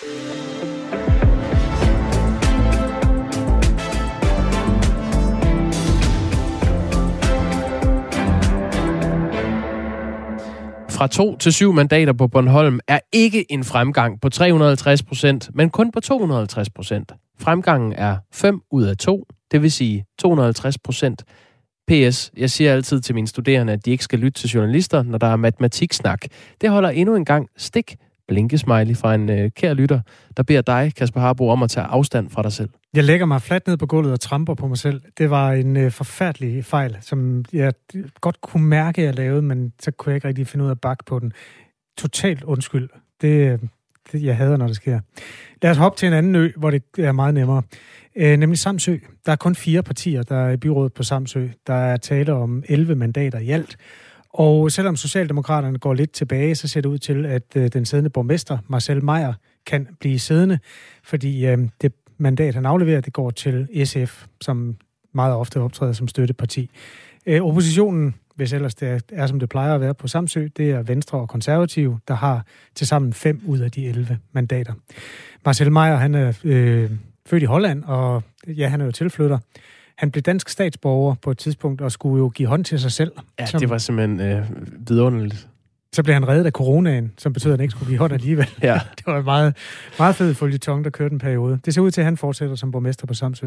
Fra 2 til 7 mandater på Bornholm er ikke en fremgang på 350%, men kun på 250%. Fremgangen er 5 ud af 2, det vil sige 250%. PS, jeg siger altid til mine studerende, at de ikke skal lytte til journalister, når der er matematiksnak. Det holder endnu en gang stik. Blinkesmiley fra en kær lytter, der beder dig, Kasper Harbo, om at tage afstand fra dig selv. Jeg lægger mig fladt ned på gulvet og tramper på mig selv. Det var en forfærdelig fejl, som jeg godt kunne mærke, at jeg lavede, men så kunne jeg ikke rigtig finde ud af at bakke på den. Totalt undskyld. Det jeg hader, når det sker. Lad os hoppe til en anden ø, hvor det er meget nemmere. Nemlig Samsø. Der er kun 4 partier, der er i byrådet på Samsø. Der er tale om 11 mandater i alt. Og selvom Socialdemokraterne går lidt tilbage, så ser det ud til, at den siddende borgmester, Marcel Meier, kan blive siddende, fordi det mandat, han afleverer, det går til SF, som meget ofte optræder som støtteparti. Oppositionen, hvis ellers det er, som det plejer at være på Samsø, det er Venstre og Konservative, der har tilsammen 5 ud af de 11 mandater. Marcel Meier, han er født i Holland, og ja, han er jo tilflytter. Han blev dansk statsborger på et tidspunkt og skulle jo give hånd til sig selv. Ja, det var simpelthen vidunderligt. Så blev han reddet af coronaen, som betyder, at han ikke skulle give hånd alligevel. Ja. Det var en meget, meget fed føljeton, der kørte en periode. Det ser ud til, at han fortsætter som borgmester på Samsø.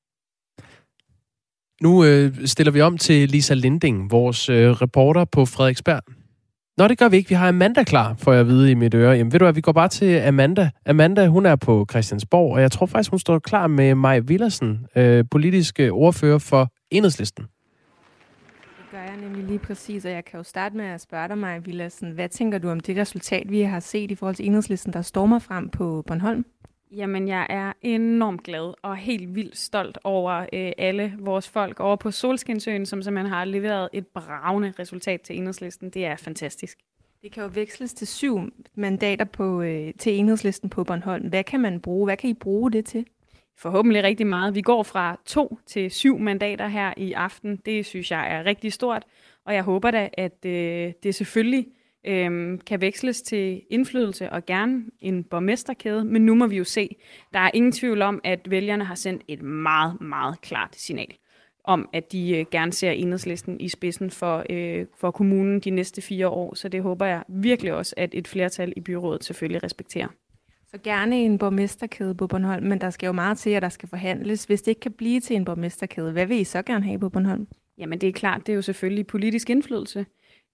Nu stiller vi om til Lisa Linding, vores reporter på Frederiksberg. Nå, det gør vi ikke. Vi har Amanda klar, får jeg at vide i mit øre. Jamen, ved du hvad, vi går bare til Amanda. Amanda, hun er på Christiansborg, og jeg tror faktisk, hun står klar med Mai Villadsen, politisk ordfører for Enhedslisten. Det gør jeg nemlig lige præcis, og jeg kan jo starte med at spørge dig, Mai Villadsen. Hvad tænker du om det resultat, vi har set i forhold til Enhedslisten, der stormer frem på Bornholm? Jamen, jeg er enormt glad og helt vildt stolt over alle vores folk over på Solskinsøen, som simpelthen har leveret et bragende resultat til Enhedslisten. Det er fantastisk. Det kan jo veksles til 7 mandater til Enhedslisten på Bornholm. Hvad kan man bruge? Hvad kan I bruge det til? Forhåbentlig rigtig meget. Vi går fra 2 til 7 mandater her i aften. Det synes jeg er rigtig stort, og jeg håber da, at det selvfølgelig kan veksles til indflydelse og gerne en borgmesterkæde, men nu må vi jo se. Der er ingen tvivl om, at vælgerne har sendt et meget, meget klart signal om, at de gerne ser Enhedslisten i spidsen for kommunen de næste 4 år, så det håber jeg virkelig også, at et flertal i byrådet selvfølgelig respekterer. Så gerne en borgmesterkæde på Bornholm, men der skal jo meget til, at der skal forhandles. Hvis det ikke kan blive til en borgmesterkæde, hvad vil I så gerne have på Bornholm? Jamen det er klart, det er jo selvfølgelig politisk indflydelse.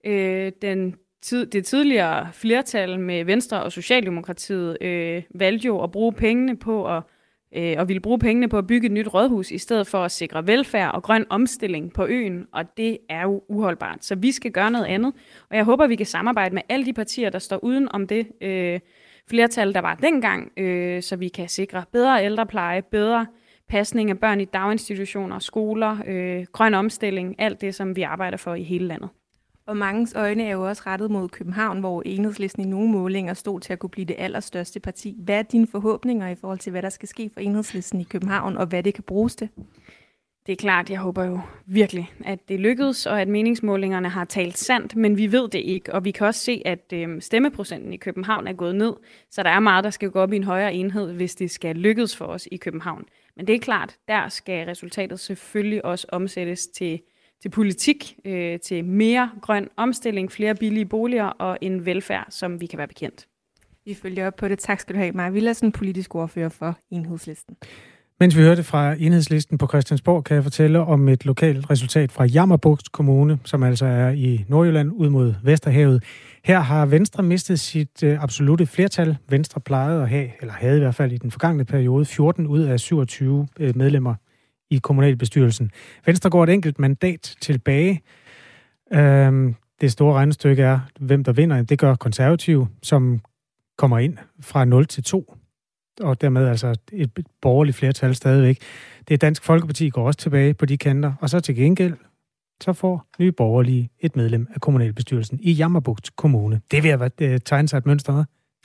Det tidligere flertal med Venstre og Socialdemokratiet valgte jo at bruge pengene på at ville bruge pengene på at bygge et nyt rådhus, i stedet for at sikre velfærd og grøn omstilling på øen, og det er jo uholdbart. Så vi skal gøre noget andet, og jeg håber, vi kan samarbejde med alle de partier, der står uden om det flertal, der var dengang, så vi kan sikre bedre ældrepleje, bedre pasning af børn i daginstitutioner, skoler, grøn omstilling, alt det, som vi arbejder for i hele landet. Og manges øjne er jo også rettet mod København, hvor Enhedslisten i nogle målinger stod til at kunne blive det allerstørste parti. Hvad er dine forhåbninger i forhold til, hvad der skal ske for Enhedslisten i København, og hvad det kan bruges til? Det er klart, jeg håber jo virkelig, at det lykkedes, og at meningsmålingerne har talt sandt, men vi ved det ikke. Og vi kan også se, at stemmeprocenten i København er gået ned, så der er meget, der skal gå op i en højere enhed, hvis det skal lykkes for os i København. Men det er klart, der skal resultatet selvfølgelig også omsættes til politik, til mere grøn omstilling, flere billige boliger og en velfærd, som vi kan være bekendt. Vi følger op på det. Tak skal du have, Mai Villadsen, politisk ordfører for Enhedslisten. Mens vi hørte fra Enhedslisten på Christiansborg, kan jeg fortælle om et lokalt resultat fra Jammerbugt Kommune, som altså er i Nordjylland ud mod Vesterhavet. Her har Venstre mistet sit absolutte flertal. Venstre plejede at have, eller havde i hvert fald i den forgangne periode, 14 ud af 27 medlemmer i kommunalbestyrelsen. Venstre går et enkelt mandat tilbage. Det store regnestykke er, hvem der vinder. Det gør Konservative, som kommer ind fra 0 til 2. Og dermed altså et borgerligt flertal stadigvæk. Det er Dansk Folkeparti går også tilbage på de kanter. Og så til gengæld, så får Nye Borgerlige et medlem af kommunalbestyrelsen i Jammerbugt Kommune. Det vil have tegne sig et mønster,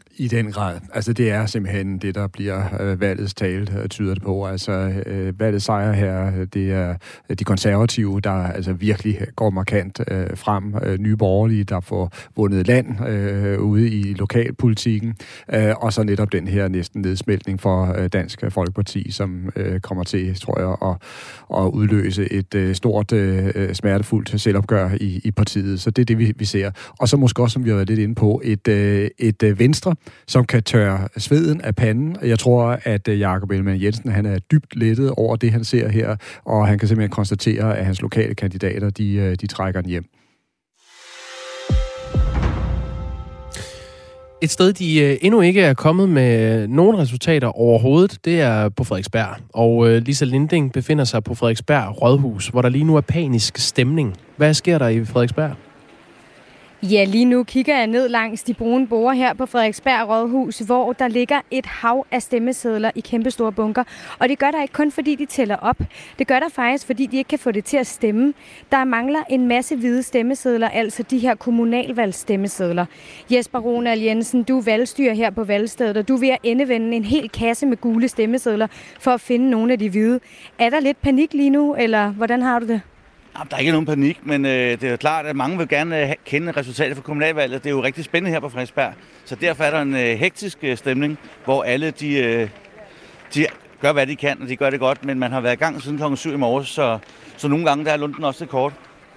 I den grad. Altså det er simpelthen det, der bliver valgets tale, tyder det på. Altså valgets sejr her, det er de konservative, der altså virkelig går markant frem. Nye Borgerlige, der får vundet land ude i lokalpolitikken. Og så netop den her næsten nedsmeltning for Dansk Folkeparti, som kommer til, tror jeg, at udløse et stort, smertefuldt selvopgør i partiet. Så det er det, vi ser. Og så måske også, som vi har været lidt inde på, et Venstre, som kan tørre sveden af panden. Jeg tror, at Jakob Ellemann-Jensen, han er dybt lettet over det, han ser her, og han kan simpelthen konstatere, at hans lokale kandidater, de trækker den hjem. Et sted, de endnu ikke er kommet med nogen resultater overhovedet, det er på Frederiksberg. Og Lisa Linding befinder sig på Frederiksberg Rådhus, hvor der lige nu er panisk stemning. Hvad sker der i Frederiksberg? Ja, lige nu kigger jeg ned langs de brune borde her på Frederiksberg Rådhus, hvor der ligger et hav af stemmesedler i kæmpestore bunker. Og det gør der ikke kun, fordi de tæller op. Det gør der faktisk, fordi de ikke kan få det til at stemme. Der mangler en masse hvide stemmesedler, altså de her kommunalvalgsstemmesedler. Jesper Ronald Jensen, du er valgstyrer her på valgstedet, og du er ved at endevende en hel kasse med gule stemmesedler for at finde nogle af de hvide. Er der lidt panik lige nu, eller hvordan har du det? Der er ikke nogen panik, men det er jo klart, at mange vil gerne kende resultatet fra kommunalvalget. Det er jo rigtig spændende her på Frederiksberg. Så derfor er der en hektisk stemning, hvor alle de gør, hvad de kan, og de gør det godt. Men man har været i gang siden kl. 7 i morges, så nogle gange der er lunden også til kort.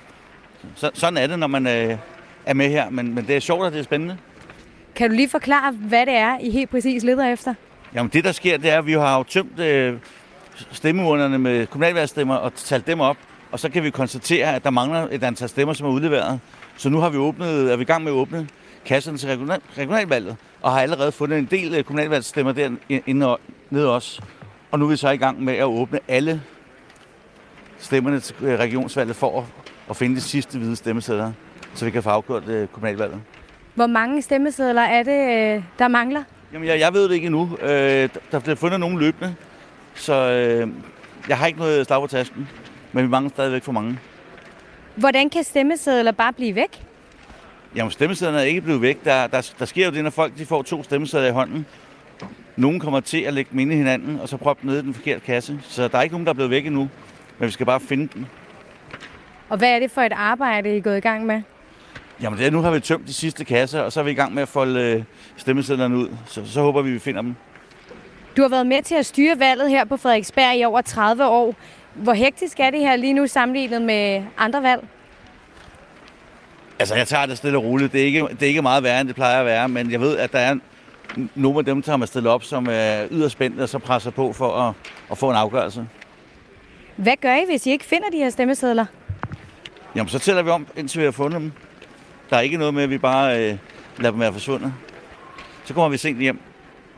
Sådan er det, når man er med her. Men det er sjovt, og det er spændende. Kan du lige forklare, hvad det er, I helt præcis leder efter? Jamen det, der sker, det er, at vi har jo tømt stemmeurnerne med kommunalvalgstemmer og talt dem op. Og så kan vi konstatere, at der mangler et antal stemmer, som er udleveret. Så nu er vi i gang med at åbne kasserne til regionalvalget, og har allerede fundet en del kommunalvalgsstemmer nede også. Og nu er vi så i gang med at åbne alle stemmerne til regionsvalget for at finde de sidste hvide stemmesedler, så vi kan få afgjort kommunalvalget. Hvor mange stemmesedler er det, der mangler? Jamen, jeg ved det ikke endnu. Der bliver fundet nogle løbende, så jeg har ikke noget slag på tasken. Men vi mangler stadigvæk for mange. Hvordan kan stemmesedler bare blive væk? Jamen, stemmesedlerne er ikke blevet væk. Der sker jo det, når folk de får 2 stemmesedler i hånden. Nogle kommer til at lægge dem inde i hinanden, og så proppe dem ned i den forkerte kasse. Så der er ikke nogen, der er blevet væk endnu, men vi skal bare finde dem. Og hvad er det for et arbejde, I er gået i gang med? Jamen, nu har vi tømt de sidste kasser, og så er vi i gang med at folde stemmesedlerne ud. Så håber vi finder dem. Du har været med til at styre valget her på Frederiksberg i over 30 år. Hvor hektisk er det her lige nu sammenlignet med andre valg? Altså, jeg tager det stille og roligt. Det er ikke meget værre, end det plejer at være, men jeg ved, at der er nogle af dem, der har stillet op, som er yderst spændte og så presser på for at få en afgørelse. Hvad gør I, hvis I ikke finder de her stemmesedler? Jamen, så tæller vi om, indtil vi har fundet dem. Der er ikke noget med, at vi bare lader dem være forsvundet. Så kommer vi sent hjem.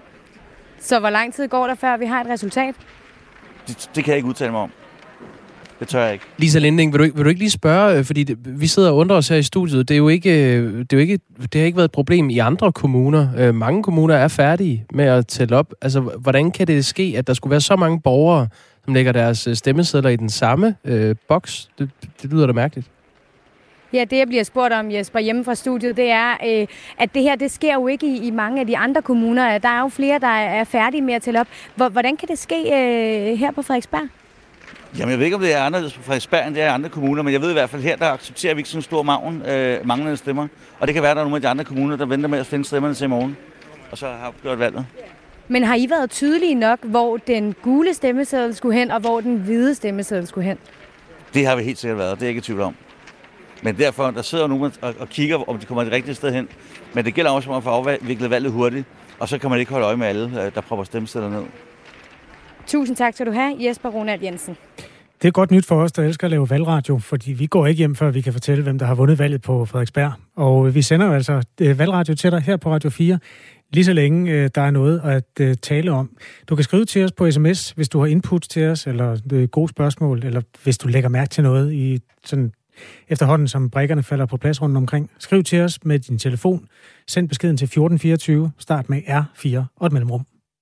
Så hvor lang tid går der, før vi har et resultat? Det kan jeg ikke udtale mig om. Det tør jeg ikke. Lisa Linding, vil du ikke lige spørge, fordi vi sidder og undrer os her i studiet. Det har ikke været et problem i andre kommuner. Mange kommuner er færdige med at tælle op. Altså, hvordan kan det ske, at der skulle være så mange borgere, som lægger deres stemmesedler i den samme boks? Det lyder da mærkeligt. Ja, det jeg bliver spurgt om, Jesper, hjemme fra studiet, det er, at det her, det sker jo ikke i mange af de andre kommuner. Der er jo flere, der er færdige med at tælle op. Hvordan kan det ske her på Frederiksberg? Jamen, jeg ved ikke, om det er anderledes på Frederiksberg, end det er i andre kommuner, men jeg ved i hvert fald her, der accepterer vi ikke sådan en stor manglende stemmer. Og det kan være, at der er nogle af de andre kommuner, der venter med at finde stemmerne til i morgen, og så har gjort valget. Men har I været tydelige nok, hvor den gule stemmeseddel skulle hen, og hvor den hvide stemmeseddel skulle hen? Det har vi helt sikkert været, det er jeg ikke i tvivl om. Men derfor, der sidder nogen og kigger, om de kommer det rigtige sted hen. Men det gælder også om at få afviklet valget hurtigt, og så kan man ikke holde øje med alle, der propper stemmesedler ned. Tusind tak skal du have, Jesper Ronald Jensen. Det er godt nyt for os, der elsker at lave valgradio, fordi vi går ikke hjem, før vi kan fortælle, hvem der har vundet valget på Frederiksberg. Og vi sender jo altså valgradio til dig her på Radio 4, lige så længe der er noget at tale om. Du kan skrive til os på sms, hvis du har input til os, eller gode spørgsmål, eller hvis du lægger mærke til noget i sådan efterhånden, som brikkerne falder på plads rundt omkring. Skriv til os med din telefon. Send beskeden til 1424. Start med R4 og et mellemrum.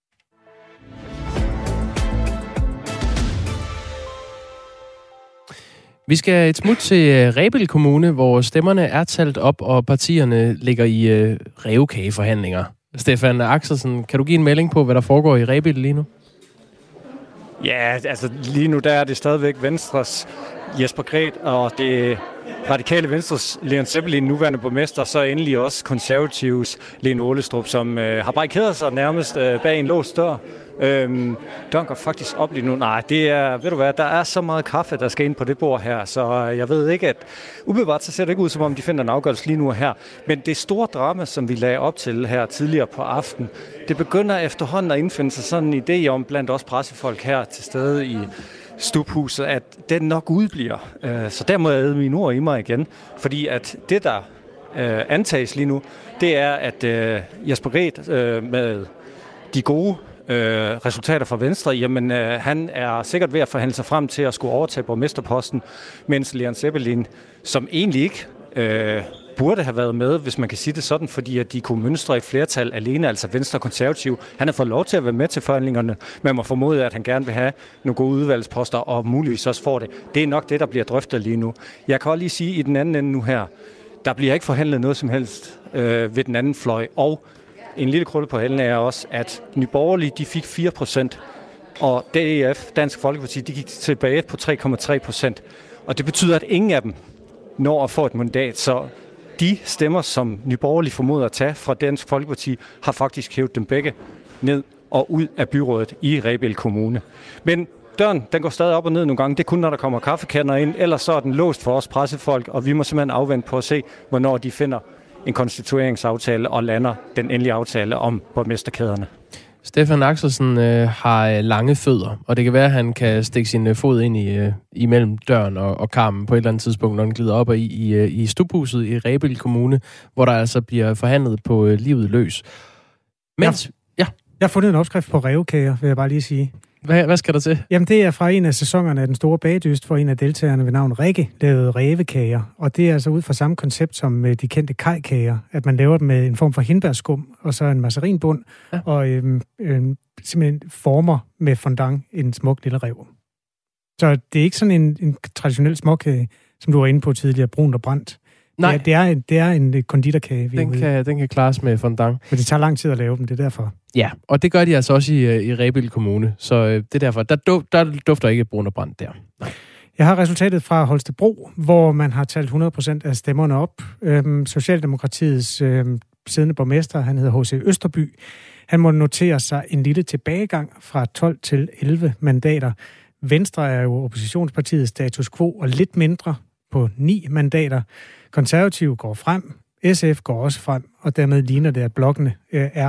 Vi skal et smut til Rebild Kommune, hvor stemmerne er talt op, og partierne ligger i rævekageforhandlinger. Stefan Axelsen, kan du give en melding på, hvad der foregår i Rebild lige nu? Ja, altså lige nu der er det stadigvæk Venstres Jesper Greth og det radikale Venstres Leon Sebbelin, nuværende borgmester, så endelig også konservatives Lene Aalestrup, som har barrikeret sig nærmest bag en låst dør. Døren går faktisk op lige nu. Nej, det er, ved du hvad, der er så meget kaffe, der skal ind på det bord her, så jeg ved ikke, at umiddelbart så ser det ikke ud, som om de finder en afgørelse lige nu her. Men det store drama, som vi lagde op til her tidligere på aften, det begynder efterhånden at indfinde sig sådan en idé om, blandt også pressefolk her til stede i Stubhuset, at den nok udbliver. Så der må jeg æde mine ord i mig igen, fordi at det, der antages lige nu, det er, at Jesper Greth med de gode resultater fra Venstre, jamen han er sikkert ved at forhandle sig frem til at skulle overtage borgmesterposten, mens Leon Sebbelin, som egentlig ikke burde have været med, hvis man kan sige det sådan, fordi at de kunne mønstre et flertal alene, altså Venstre og Konservativ. Han har fået lov til at være med til forhandlingerne, men må formode, at han gerne vil have nogle gode udvalgsposter, og muligvis også får det. Det er nok det, der bliver drøftet lige nu. Jeg kan også lige sige i den anden ende nu her, der bliver ikke forhandlet noget som helst ved den anden fløj, og en lille krølle på hælden er også, at Nye Borgerlige, de fik 4%, og DF, Dansk Folkeparti, de gik tilbage på 3,3%. Og det betyder, at ingen af dem når at få et mandat, så de stemmer, som Nye Borgerlige formoder at tage fra Dansk Folkeparti, har faktisk hævet dem begge ned og ud af byrådet i Rebild Kommune. Men døren, den går stadig op og ned nogle gange. Det er kun, når der kommer kaffekanner ind, ellers så er den låst for os pressefolk, og vi må simpelthen afvente på at se, hvornår de finder en konstitueringsaftale og lander den endelige aftale om borgmesterkæderne. Stefan Axelsen har lange fødder, og det kan være, at han kan stikke sin fod ind imellem døren og karmen på et eller andet tidspunkt, når han glider op i Stubhuset i Rebild Kommune, hvor der altså bliver forhandlet på livet løs. Mens, Jeg har fundet en opskrift på rævekager, vil jeg bare lige sige. Hvad skal der til? Jamen, det er fra en af sæsonerne af Den Store Bagdyst, hvor en af deltagerne ved navn Rikke lavede rævekager. Og det er altså ud fra samme koncept som de kendte kajkager, at man laver dem med en form for hindbærskum, og så en mazarinbund, og simpelthen former med fondant en smuk lille ræv. Så det er ikke sådan en traditionel småkage, som du var inde på tidligere, brun og brændt. Nej. Det er en konditorkage. Den kan klares med fondant. Men det tager lang tid at lave dem, det er derfor. Ja, og det gør de altså også i Rebild Kommune. Så det er derfor, der dufter ikke brun og brændt der. Nej. Jeg har resultatet fra Holstebro, hvor man har talt 100% af stemmerne op. Socialdemokratiets siddende borgmester, han hedder H.C. Østerby, han må notere sig en lille tilbagegang fra 12 til 11 mandater. Venstre er jo oppositionspartiets status quo og lidt mindre på 9 mandater. Konservative går frem, SF går også frem, og dermed ligner det, at blokkene er,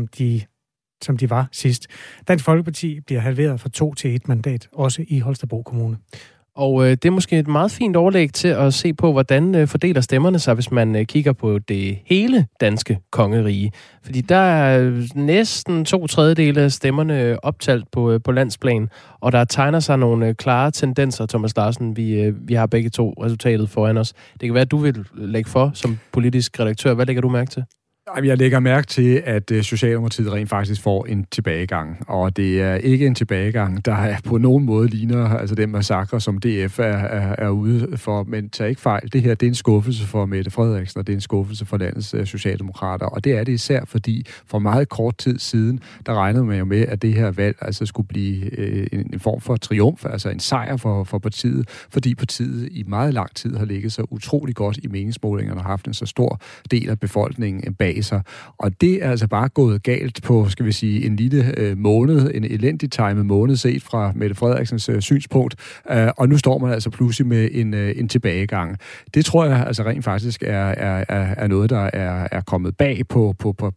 som de var sidst. Dansk Folkeparti bliver halveret fra 2 til 1 mandat, også i Holstebro Kommune. Og det er måske et meget fint overlæg til at se på, hvordan fordeler stemmerne sig, hvis man kigger på det hele danske kongerige. Fordi der er næsten 2/3 af stemmerne optalt på landsplan, og der tegner sig nogle klare tendenser, Thomas Larsen. Vi har begge to resultatet foran os. Det kan være, at du vil lægge for som politisk redaktør. Hvad lægger du mærke til? Jeg lægger mærke til, at Socialdemokratiet rent faktisk får en tilbagegang, og det er ikke en tilbagegang, der på nogen måde ligner altså den massakre, som DF er ude for, men tag ikke fejl. Det her, det er en skuffelse for Mette Frederiksen, og det er en skuffelse for landets socialdemokrater, og det er det især, fordi for meget kort tid siden, der regnede man jo med, at det her valg altså skulle blive en form for triumf, altså en sejr for partiet, fordi partiet i meget lang tid har ligget så utrolig godt i meningsmålingerne og har haft en så stor del af befolkningen bag sig. Og det er altså bare gået galt på, skal vi sige, en lille måned, en elendig timet måned set fra Mette Frederiksens synspunkt, og nu står man altså pludselig med en tilbagegang. Det tror jeg altså rent faktisk er noget, der er kommet bag på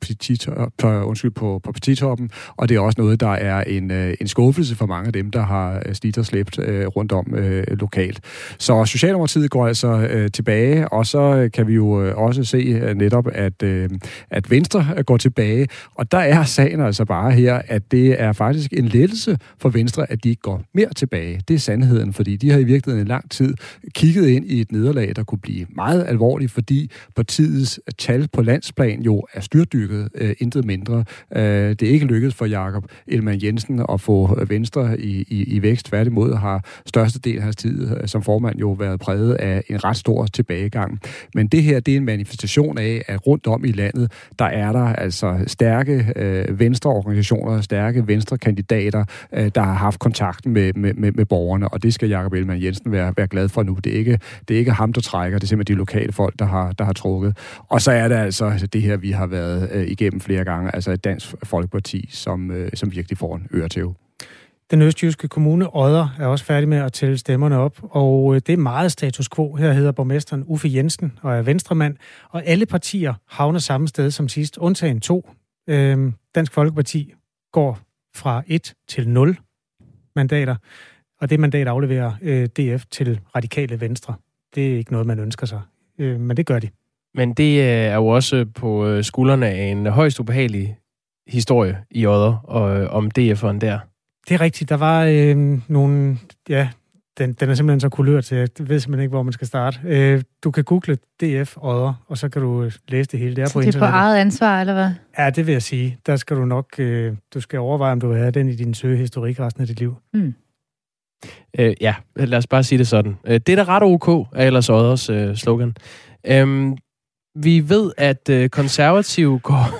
partitoppen, og det er også noget, der er en skuffelse for mange af dem, der har slidt og slæbt rundt om lokalt. Så Socialdemokratiet går altså tilbage, og så kan vi jo også se netop, at Venstre går tilbage, og der er sagen altså bare her, at det er faktisk en lettelse for Venstre, at de ikke går mere tilbage. Det er sandheden, fordi de har i virkeligheden en lang tid kigget ind i et nederlag, der kunne blive meget alvorligt, fordi partiets tal på landsplan jo er styrtdykket, intet mindre. Det er ikke lykkedes for Jakob Ellemann-Jensen at få Venstre i vækst. Tværtimod har størstedelen af hans tid som formand jo været præget af en ret stor tilbagegang. Men det her, det er en manifestation af, at rundt om i landet, landet, der er der altså stærke venstreorganisationer, stærke venstrekandidater, der har haft kontakt med borgerne, og det skal Jakob Ellemann-Jensen være glad for nu. Det er ikke ham, der trækker, det er simpelthen de lokale folk, der har trukket. Og så er det altså det her, vi har været igennem flere gange, altså et Dansk Folkeparti, som virkelig får en øretæve. Den østjyske kommune Odder er også færdig med at tælle stemmerne op, og det er meget status quo. Her hedder borgmesteren Uffe Jensen og er venstremand, og alle partier havner samme sted som sidst, undtagen 2. Dansk Folkeparti går fra 1 til 0 mandater, og det mandat afleverer DF til Radikale Venstre. Det er ikke noget, man ønsker sig, men det gør de. Men det er jo også på skuldrene af en højst ubehagelig historie i Odder om DF'eren der. Det er rigtigt. Der var nogle... Ja, den er simpelthen så kulørt, så jeg ved simpelthen ikke, hvor man skal starte. Du kan google DF Odder, og så kan du læse det hele. Det er på internettet. Det er på eget ansvar, eller hvad? Ja, det vil jeg sige. Der skal du nok... du skal overveje, om du vil have den i din søgehistorik resten af dit liv. Ja, lad os bare sige det sådan. Det er da ret ok, er ellers Odders slogan. Vi ved, at konservative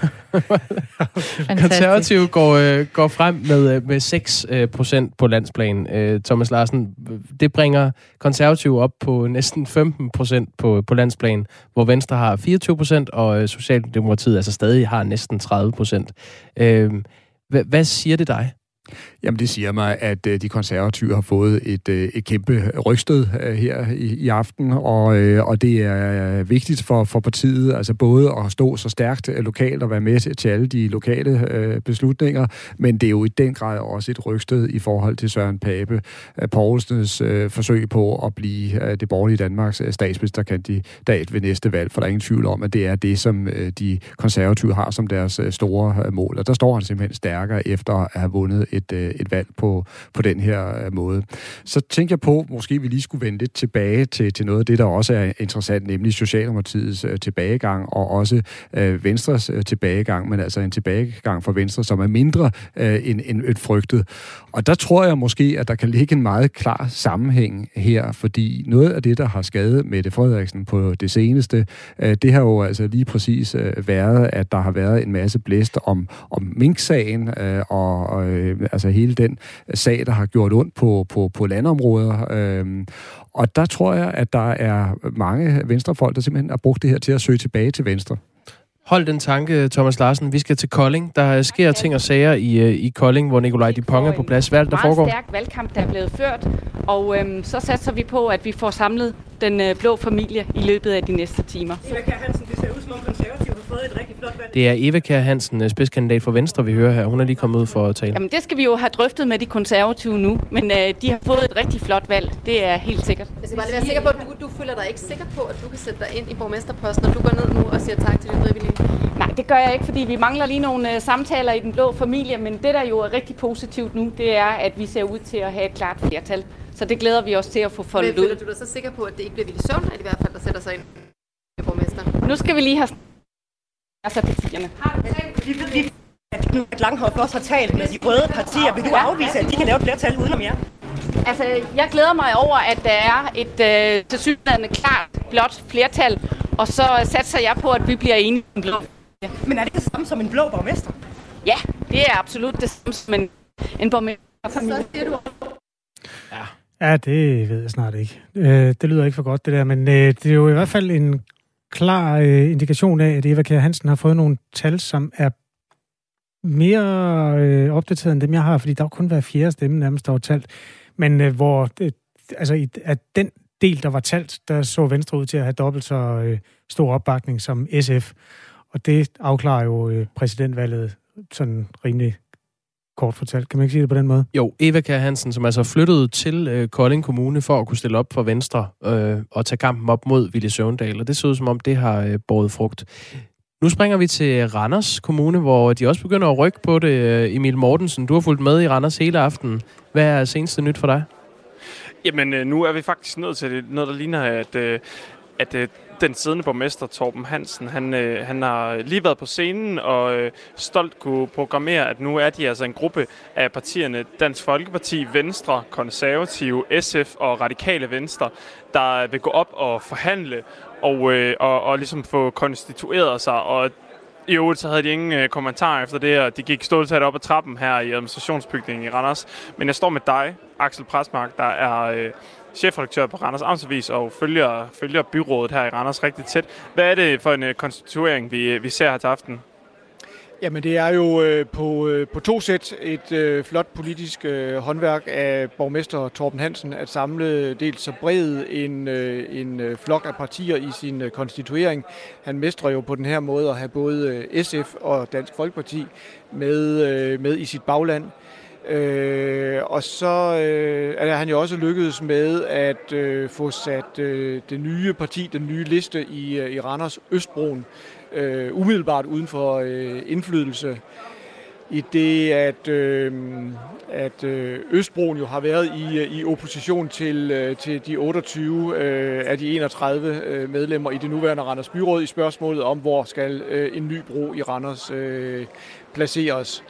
går frem med 6% på landsplan. Thomas Larsen, det bringer konservative op på næsten 15% på landsplan, hvor Venstre har 24%, og Socialdemokratiet altså stadig har næsten 30%. Hvad siger det dig? Jamen, det siger mig, at de konservative har fået et kæmpe rygstød her i aften, og det er vigtigt for partiet, altså både at stå så stærkt lokalt og være med til alle de lokale beslutninger, men det er jo i den grad også et rygstød i forhold til Søren Pape Poulsens forsøg på at blive det borgerlige Danmarks statsministerkandidat ved næste valg, for der er ingen tvivl om, at det er det, som de konservative har som deres store mål, og der står han simpelthen stærkere efter at have vundet et valg på den her måde. Så tænker jeg på, måske vi lige skulle vende lidt tilbage til noget af det, der også er interessant, nemlig Socialdemokratiets tilbagegang, og også Venstres tilbagegang, men altså en tilbagegang for Venstre, som er mindre end frygtet. Og der tror jeg måske, at der kan ligge en meget klar sammenhæng her, fordi noget af det, der har skadet Mette Frederiksen på det seneste, det har jo altså lige præcis været, at der har været en masse blæst om Mink-sagen, og altså hele den sag, der har gjort ondt på landområder. Og der tror jeg, at der er mange venstrefolk, der simpelthen har brugt det her til at søge tilbage til Venstre. Hold den tanke, Thomas Larsen. Vi skal til Kolding. Der sker ting og sager i Kolding, hvor Nikolaj Dupont er på plads. Hvad er det, der foregår? En meget stærk valgkamp, der er blevet ført, og så satser vi på, at vi får samlet den blå familie i løbet af de næste timer. Eva Kjær Hansen, det ser ud som om konservative har fået et rigtig flot valg. Det er Eva Kjær Hansen, spidskandidat for Venstre, vi hører her. Hun er lige kommet ud for at tale. Jamen, det skal vi jo have drøftet med de konservative nu, men de har fået et rigtig flot valg. Det er helt sikkert. Jeg skal bare lige være sikker på, at du føler dig ikke sikker på, at du kan sætte dig ind i borgmesterposten, når du går ned nu og siger tak til de frivillige? Nej, det gør jeg ikke, fordi vi mangler lige nogle samtaler i den blå familie, men det, der jo er rigtig positivt nu, det er, at vi ser ud til at have et klart flertal. Så det glæder vi os til at få foldet ud. Føler du dig så sikker på, at det ikke bliver Villy Søvndal i hvert fald, der sætter sig ind i borgmester? Nu skal vi lige have partierne. Vi ved, at Knud Langhoff også har talt med de røde partier. Vil du afvise, at de kan lave et flertal udenom jer? Altså, jeg glæder mig over, at der er et tilsyneladende klart, blåt flertal, og så satser jeg på, at vi bliver enige om blå. Ja. Men er det det samme som en blå borgmester? Ja, det er absolut det samme som en borgmesterfamilie. Så siger du... Ja, det ved jeg snart ikke. Det lyder ikke for godt, det der, men det er jo i hvert fald en klar indikation af, at Eva Kjær Hansen har fået nogle tal, som er mere opdateret end dem, jeg har, fordi der har kun været 4 stemme nærmest, der var talt. Men hvor, at den del, der var talt, der så Venstre ud til at have dobbelt så stor opbakning som SF. Og det afklarer jo præsidentvalget sådan rimelig kort fortalt. Kan man ikke sige det på den måde? Jo, Eva Kjær Hansen, som altså flyttede til Kolding Kommune for at kunne stille op for Venstre og tage kampen op mod Villy Søvndal, og det så ud som om, det har båret frugt. Nu springer vi til Randers Kommune, hvor de også begynder at rykke på det. Emil Mortensen, du har fulgt med i Randers hele aftenen. Hvad er seneste nyt for dig? Jamen, nu er vi faktisk nødt til noget, der ligner, at den siddende borgmester, Torben Hansen, han har lige været på scenen og stolt kunne programmere, at nu er de altså en gruppe af partierne Dansk Folkeparti, Venstre, Konservative, SF og Radikale Venstre, der vil gå op og forhandle og ligesom få konstitueret sig. Og Jo, så havde de ingen kommentarer efter det, og de gik stålsat op ad trappen her i administrationsbygningen i Randers. Men jeg står med dig, Axel Presmark, der er chefredaktør på Randers Amtsavis og følger byrådet her i Randers rigtig tæt. Hvad er det for en konstituering, vi ser her til aften? Jamen det er jo på to sæt et flot politisk håndværk af borgmester Torben Hansen at samle dels så bred en flok af partier i sin konstituering. Han mestrer jo på den her måde at have både SF og Dansk Folkeparti med i sit bagland. Og så er han jo også lykkedes med at få sat det nye parti, den nye liste i Randers Østbroen, umiddelbart uden for indflydelse, i det at Østbroen jo har været i opposition til de 28 af de 31 medlemmer i det nuværende Randers Byråd i spørgsmålet om, hvor skal en ny bro i Randers placeres.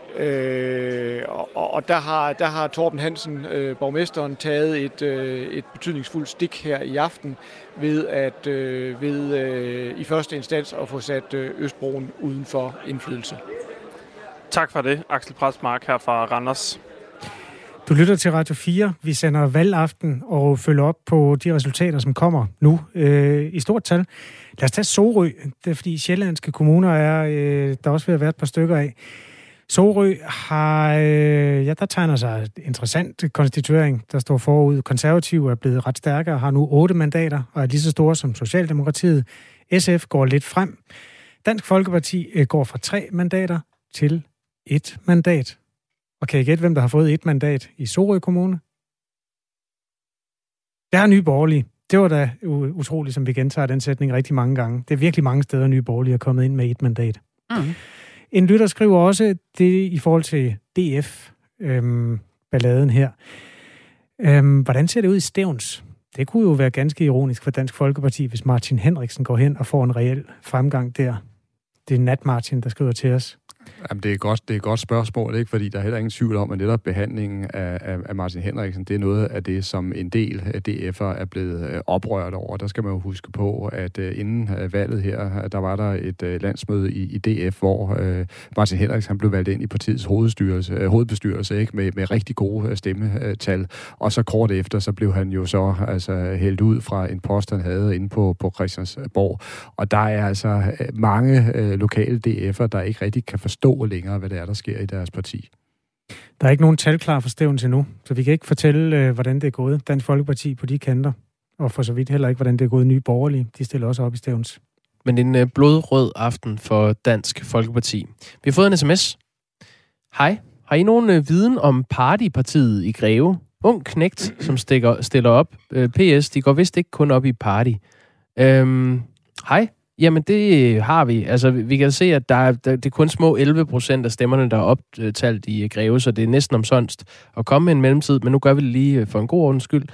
Og der har Torben Hansen, borgmesteren, taget et betydningsfuldt stik her i aften ved i første instans at få sat Østbroen uden for indflydelse. Tak for det, Axel Presmark her fra Randers. Du lytter til Radio 4. Vi sender valgaften og følger op på de resultater, som kommer nu i stort tal. Lad os tage Sorø. Det er fordi sjællandske kommuner er der også ved at være et par stykker af. Sorø har, der tegner sig en interessant konstituering, der står forud. Konservative er blevet ret stærkere, har nu 8 mandater og er lige så store som Socialdemokratiet. SF går lidt frem. Dansk Folkeparti går fra 3 mandater til 1 mandat. Og kan I gætte, hvem der har fået 1 mandat i Sorø Kommune? Det er Nye Borgerlige. Det var da utroligt, som vi gentager den sætning rigtig mange gange. Det er virkelig mange steder, Nye Borgerlige er kommet ind med 1 mandat. En lytter skriver også det i forhold til DF-balladen her. Hvordan ser det ud i Stevns? Det kunne jo være ganske ironisk for Dansk Folkeparti, hvis Martin Henriksen går hen og får en reel fremgang der. Det er Nat Martin, der skriver til os. Jamen, det er et godt spørgsmål, ikke? Fordi der er heller ingen tvivl om, at netop behandlingen af Martin Henriksen, det er noget af det, som en del af DF'er er blevet oprørt over. Der skal man jo huske på, at inden valget her, der var der et landsmøde i DF, hvor Martin Henriksen blev valgt ind i partiets hovedbestyrelse, ikke? Med rigtig gode stemmetal. Og så kort efter, så blev han jo så hældt ud fra en post, han havde inde på Christiansborg. Og der er altså mange lokale DF'er, der ikke rigtig kan forstå længere, hvad det er, der sker i deres parti. Der er ikke nogen tal klar for Stevns endnu, så vi kan ikke fortælle, hvordan det er gået. Dansk Folkeparti på de kanter, og for så vidt heller ikke, hvordan det er gået Nye Borgerlige. De stiller også op i Stevns. Men en blodrød aften for Dansk Folkeparti. Vi har fået en sms. Hej, har I nogen viden om Partypartiet i Greve? Ung knægt, som stiller op. PS, de går vist ikke kun op i party. Hej. Jamen, det har vi. Altså, vi kan se, at det er kun små 11% af stemmerne, der er optalt i Greve, så det er næsten omsonst at komme med en mellemtid, men nu gør vi det lige for en god ordens skyld.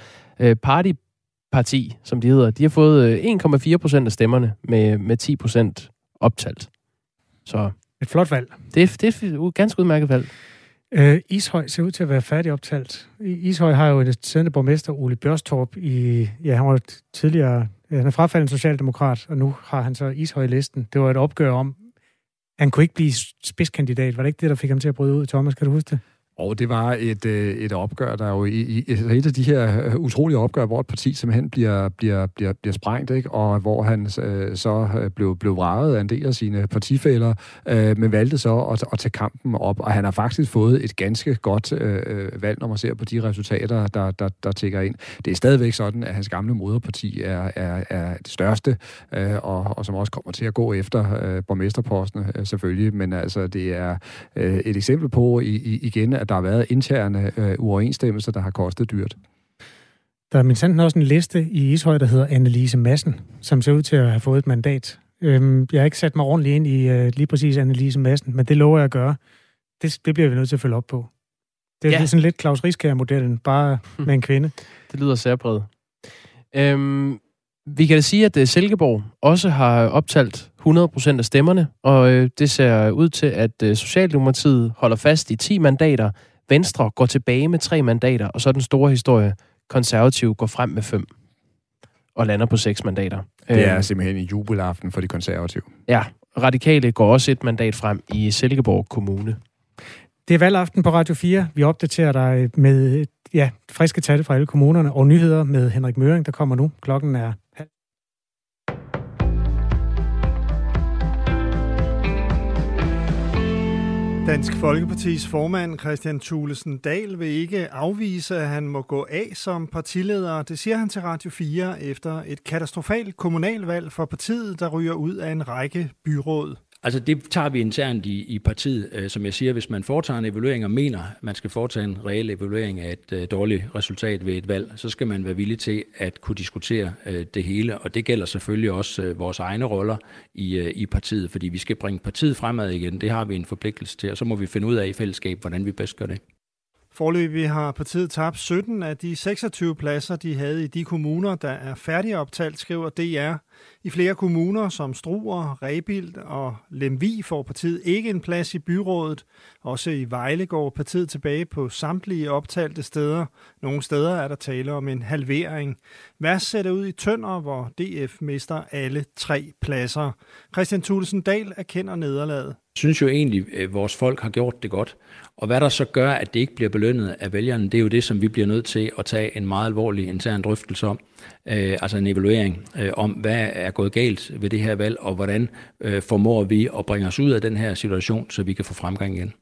Party, som de hedder, de har fået 1,4% af stemmerne med 10% optalt. Så et flot valg. Det er et ganske udmærket valg. Ishøj ser ud til at være færdigoptalt. Ishøj har jo et siddende borgmester, Ole Børstorp, han var tidligere. Han er frafalden socialdemokrat, og nu har han så Ishøj i listen. Det var et opgør om, han kunne ikke blive spidskandidat. Var det ikke det, der fik ham til at bryde ud, Thomas? Kan du huske det? Og det var et opgør, der jo et af de her utrolige opgør, hvor et parti simpelthen bliver sprængt, ikke? Og hvor han så blev vraget af en del af sine partifæller, men valgte så at tage kampen op. Og han har faktisk fået et ganske godt valg, når man ser på de resultater, der tikker ind. Det er stadigvæk sådan, at hans gamle moderparti er det største, og som også kommer til at gå efter borgmesterposten selvfølgelig. Men altså, det er et eksempel på igen, at der har været interne uoverensstemmelser, der har kostet dyrt. Der er mindsanden også en liste i Ishøj, der hedder Annelise Madsen, som ser ud til at have fået et mandat. Jeg har ikke sat mig ordentligt ind i lige præcis Annelise Madsen, men det lover jeg at gøre. Det bliver vi nødt til at følge op på. Det er sådan lidt Claus Riskær-modellen, bare med en kvinde. Det lyder særpræget. Vi kan da sige, at Silkeborg også har optalt 100% af stemmerne, og det ser ud til, at Socialdemokratiet holder fast i 10 mandater, Venstre går tilbage med 3 mandater, og så den store historie, Konservative går frem med 5 og lander på 6 mandater. Det er simpelthen en jubelaften for de konservative. Ja, Radikale går også et mandat frem i Silkeborg Kommune. Det er valgaften på Radio 4. Vi opdaterer dig med friske tal fra alle kommunerne og nyheder med Henrik Møring, der kommer nu. Klokken er 12:30. Dansk Folkepartis formand Kristian Thulesen Dahl vil ikke afvise, at han må gå af som partileder. Det siger han til Radio 4 efter et katastrofalt kommunalvalg for partiet, der ryger ud af en række byråd. Altså det tager vi internt i partiet. Som jeg siger, hvis man foretager en evaluering og mener, at man skal foretage en reel evaluering af et dårligt resultat ved et valg, så skal man være villig til at kunne diskutere det hele. Og det gælder selvfølgelig også vores egne roller i partiet, fordi vi skal bringe partiet fremad igen. Det har vi en forpligtelse til, og så må vi finde ud af i fællesskab, hvordan vi bedst gør det. Foreløbig har partiet tabt 17 af de 26 pladser, de havde i de kommuner, der er færdigoptalt, skriver DR. I flere kommuner som Struer, Rebild og Lemvig får partiet ikke en plads i byrådet. Også i Vejle går partiet tilbage på samtlige optalte steder. Nogle steder er der tale om en halvering. Værst ser det ud i Tønder, hvor DF mister alle 3 pladser. Kristian Thulesen Dahl erkender nederlaget. Jeg synes jo egentlig, at vores folk har gjort det godt. Og hvad der så gør, at det ikke bliver belønnet af vælgerne, det er jo det, som vi bliver nødt til at tage en meget alvorlig intern drøftelse om. Altså en evaluering om, hvad er gået galt ved det her valg, og hvordan formår vi at bringe os ud af den her situation, så vi kan få fremgang igen.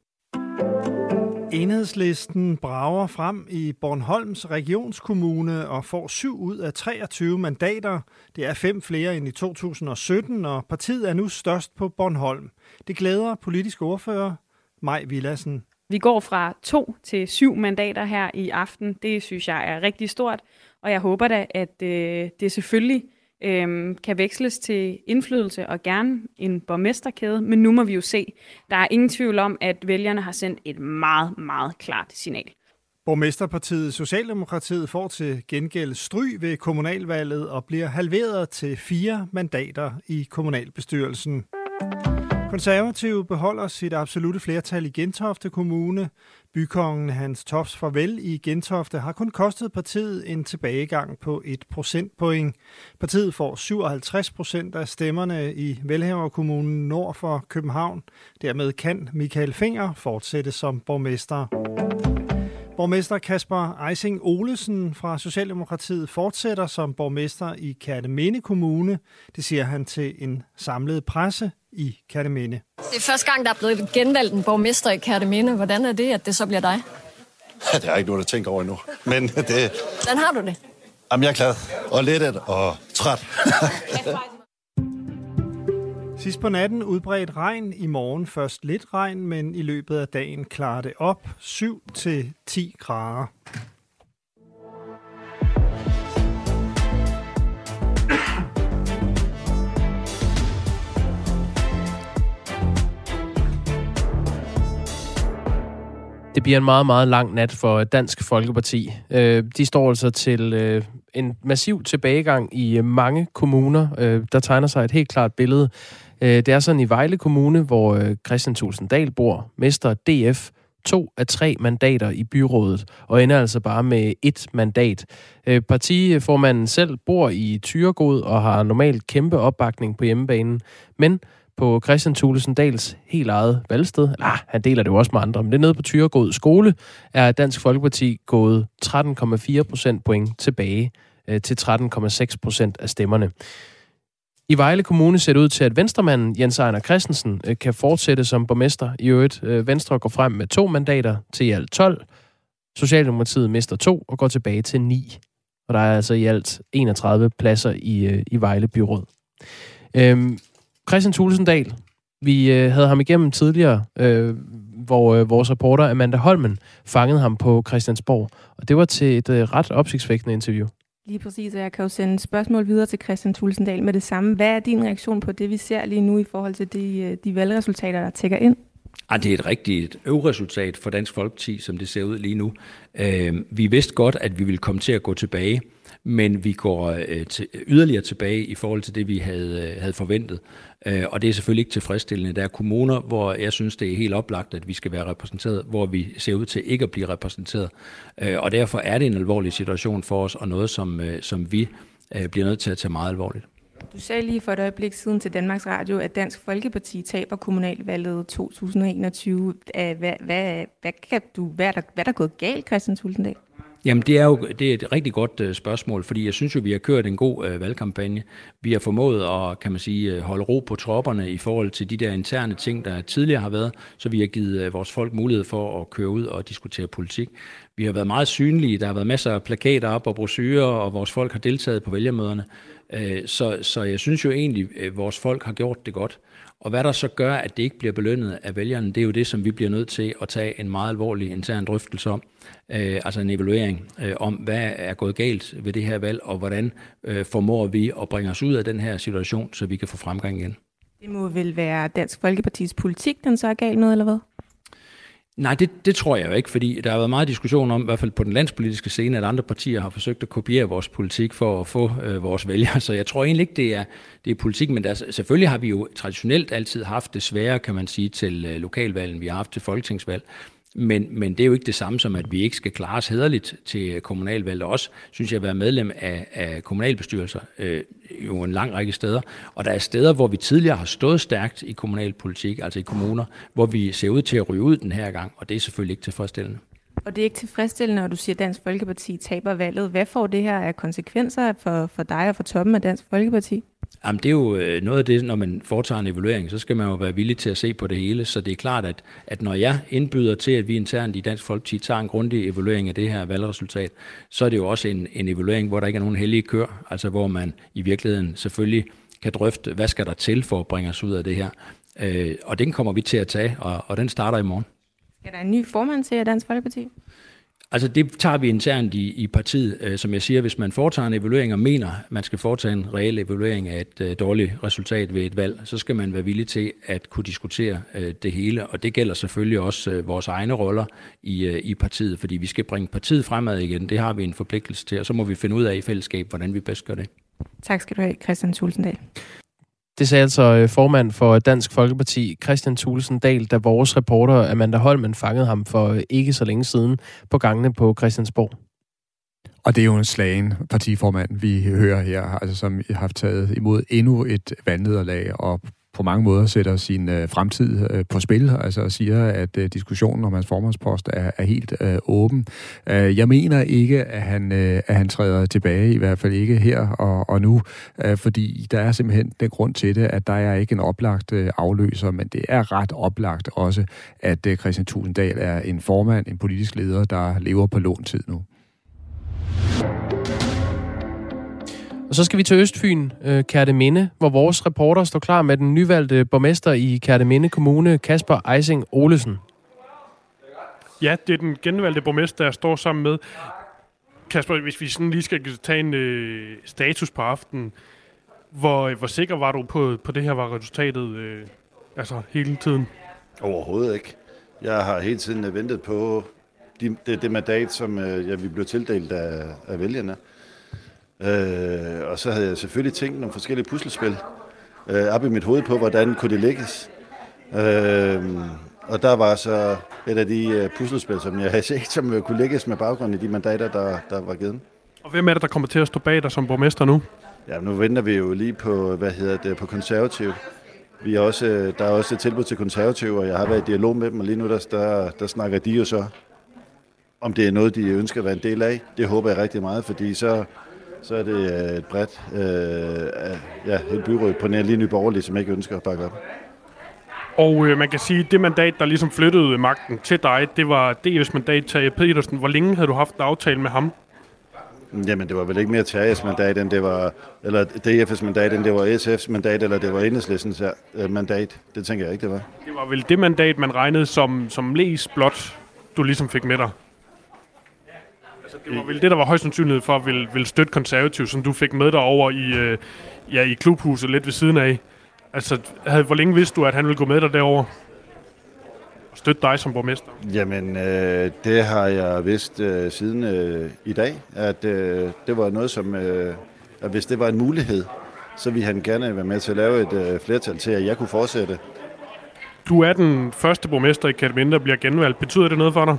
Enhedslisten brager frem i Bornholms regionskommune og får 7 ud af 23 mandater. Det er 5 flere end i 2017, og partiet er nu størst på Bornholm. Det glæder politisk ordfører Mai Villadsen. Vi går fra 2 til 7 mandater her i aften. Det synes jeg er rigtig stort, og jeg håber da, at det selvfølgelig kan veksles til indflydelse og gerne en borgmesterkæde, men nu må vi jo se. Der er ingen tvivl om, at vælgerne har sendt et meget, meget klart signal. Borgmesterpartiet Socialdemokratiet får til gengæld stryg ved kommunalvalget og bliver halveret til 4 mandater i kommunalbestyrelsen. Konservative beholder sit absolutte flertal i Gentofte Kommune. Bykongen Hans Tops farvel i Gentofte har kun kostet partiet en tilbagegang på 1 procentpoint. Partiet får 57% af stemmerne i Velhaverkommunen nord for København. Dermed kan Michael Fenger fortsætte som borgmester. Borgmester Kasper Eising Olesen fra Socialdemokratiet fortsætter som borgmester i Kerteminde Kommune. Det siger han til en samlet presse i Kerteminde. Det er første gang, der er blevet genvalgt en borgmester i Kerteminde. Hvordan er det, at det så bliver dig? Ja, det har jeg ikke noget at tænke over endnu. Men det... Hvordan har du det? Jamen, jeg er glad og lettet og træt. Sidst på natten udbredt regn, i morgen først lidt regn, men i løbet af dagen klarer det op 7-10 grader. Det bliver en meget, meget lang nat for Dansk Folkeparti. De står altså til en massiv tilbagegang i mange kommuner. Der tegner sig et helt klart billede. Det er sådan i Vejle Kommune, hvor Kristian Thulesen Dahl bor, mister DF 2 af 3 mandater i byrådet, og ender altså bare med 1 mandat. Partiformanden selv bor i Thyregod og har normalt kæmpe opbakning på hjemmebanen, men på Kristian Thulesen Dahls helt eget valgsted, han deler det jo også med andre, men det er nede på Thyregod skole, er Dansk Folkeparti gået 13,4 procentpoint tilbage til 13,6% af stemmerne. I Vejle Kommune ser det ud til, at venstremanden Jens Ejner Christensen kan fortsætte som borgmester. I øvrigt, Venstre går frem med 2 mandater til i alt 12. Socialdemokratiet mister 2 og går tilbage til 9. Og der er altså i alt 31 pladser i Vejle Byråd. Kristian Thulesen Dahl, vi havde ham igennem tidligere, hvor vores reporter Amanda Holmen fangede ham på Christiansborg. Og det var til et ret opsigtsvækkende interview. Lige præcis, og jeg kan jo sende spørgsmål videre til Kristian Thulesen Dahl med det samme. Hvad er din reaktion på det, vi ser lige nu i forhold til de valgresultater, der tækker ind? Det er et rigtigt øvresultat for Dansk Folkeparti, som det ser ud lige nu. Vi vidste godt, at vi ville komme til at gå tilbage, men vi går yderligere tilbage i forhold til det, vi havde forventet. Og det er selvfølgelig ikke tilfredsstillende. Der er kommuner, hvor jeg synes, det er helt oplagt, at vi skal være repræsenteret, hvor vi ser ud til ikke at blive repræsenteret. Og derfor er det en alvorlig situation for os, og noget, som vi bliver nødt til at tage meget alvorligt. Du sagde lige for et øjeblik siden til Danmarks Radio, at Dansk Folkeparti taber kommunalvalget 2021. Hvad er der gået galt, Kristian Thulesen Dahl? Jamen, det er et rigtig godt spørgsmål, fordi jeg synes jo, vi har kørt en god valgkampagne. Vi har formået at, kan man sige, holde ro på tropperne i forhold til de der interne ting, der tidligere har været, så vi har givet vores folk mulighed for at køre ud og diskutere politik. Vi har været meget synlige, der har været masser af plakater op og brochurer, og vores folk har deltaget på vælgermøderne. Så jeg synes jo egentlig, at vores folk har gjort det godt. Og hvad der så gør, at det ikke bliver belønnet af vælgerne, det er jo det, som vi bliver nødt til at tage en meget alvorlig intern drøftelse om. Altså en evaluering om, hvad er gået galt ved det her valg, og hvordan formår vi at bringe os ud af den her situation, så vi kan få fremgang igen. Det må vel være Dansk Folkepartis politik, den så er galt med, eller hvad? Nej, det tror jeg jo ikke, fordi der har været meget diskussion om, i hvert fald på den landspolitiske scene, at andre partier har forsøgt at kopiere vores politik for at få vores vælgere. Så jeg tror egentlig ikke, det er politik, men selvfølgelig har vi jo traditionelt altid haft det svære, kan man sige, til lokalvalgen, vi har haft til folketingsvalg. Men det er jo ikke det samme som, at vi ikke skal klare os hæderligt til kommunalvalg. Og også, synes jeg, at være medlem af kommunalbestyrelser jo en lang række steder. Og der er steder, hvor vi tidligere har stået stærkt i kommunalpolitik, altså i kommuner, hvor vi ser ud til at ryge ud den her gang. Og det er selvfølgelig ikke tilfredsstillende. Og det er ikke tilfredsstillende, når du siger, at Dansk Folkeparti taber valget. Hvad får det her af konsekvenser for dig og for toppen af Dansk Folkeparti? Jamen, det er jo noget af det, når man foretager en evaluering, så skal man jo være villig til at se på det hele. Så det er klart, at når jeg indbyder til, at vi internt i Dansk Folkeparti tager en grundig evaluering af det her valgresultat, så er det jo også en evaluering, hvor der ikke er nogen hellige kør, altså hvor man i virkeligheden selvfølgelig kan drøfte, hvad skal der til for at bringe os ud af det her. Og den kommer vi til at tage, og den starter i morgen. Skal der en ny formand til Dansk Folkeparti? Altså det tager vi internt i partiet. Som jeg siger, hvis man foretager en evaluering og mener, at man skal foretage en reel evaluering af et dårligt resultat ved et valg, så skal man være villig til at kunne diskutere det hele. Og det gælder selvfølgelig også vores egne roller i partiet, fordi vi skal bringe partiet fremad igen. Det har vi en forpligtelse til, og så må vi finde ud af i fællesskab, hvordan vi bedst gør det. Tak skal du have, Kristian Thulesen Dahl. Det sagde altså formand for Dansk Folkeparti, Kristian Thulesen Dahl, da vores reporter Amanda Holmen fangede ham for ikke så længe siden på gangene på Christiansborg. Og det er jo en slagen partiformand, vi hører her, altså som har taget imod endnu et valgnederlag og på mange måder sætter sin fremtid på spil, altså siger, at diskussionen om hans formandspost er helt åben. Jeg mener ikke, at han træder tilbage, i hvert fald ikke her og nu, fordi der er simpelthen den grund til det, at der er ikke en oplagt afløser, men det er ret oplagt også, at Kristian Thulesen Dahl er en formand, en politisk leder, der lever på låntid nu. Og så skal vi til Østfyn, Kerteminde, hvor vores reporter står klar med den nyvalgte borgmester i Kerteminde Kommune, Kasper Eising Olesen. Ja, det er den genvalgte borgmester, jeg står sammen med. Kasper, hvis vi sådan lige skal tage en status på aftenen, hvor sikker var du på det her var resultatet altså hele tiden? Overhovedet ikke. Jeg har hele tiden ventet på det mandat, som vi blev tildelt af vælgerne. Og så havde jeg selvfølgelig tænkt nogle forskellige puslespil op i mit hoved på, hvordan kunne det lægges. Og der var så et af de puslespil, som jeg havde set, som kunne lægges med baggrund i de mandater, der var givet. Og hvem er det, der kommer til at stå bag dig som borgmester nu? Ja, nu venter vi jo lige på, på konservativ. Der er også et tilbud til konservativ, og jeg har været i dialog med dem, og lige nu der snakker de jo så, om det er noget, de ønsker at være en del af. Det håber jeg rigtig meget, fordi så er det et bredt et byråd på nær lige Nye Borgerlige, som ikke ønsker at bakke op. Og man kan sige, at det mandat, der ligesom flyttede magten til dig, det var DF's mandat, Terje Pedersen. Hvor længe havde du haft en aftale med ham? Jamen, det var vel ikke mere Terjes mandat, end det var, eller DF's mandat, end det var SF's mandat, eller det var Enhedslistens mandat. Det tænker jeg ikke, det var. Det var vel det mandat, man regnede som læs blot, du ligesom fik med dig? Altså, det var vel det, der var højst sandsynlighed for at ville støtte konservativ, som du fik med dig over i klubhuset lidt ved siden af. Altså, hvor længe vidste du, at han ville gå med dig derover og støtte dig som borgmester? Jamen, det har jeg vidst siden i dag, at det var noget, som, at hvis det var en mulighed, så ville han gerne være med til at lave et flertal til, at jeg kunne fortsætte. Du er den første borgmester i Kerteminde, der bliver genvalgt. Betyder det noget for dig?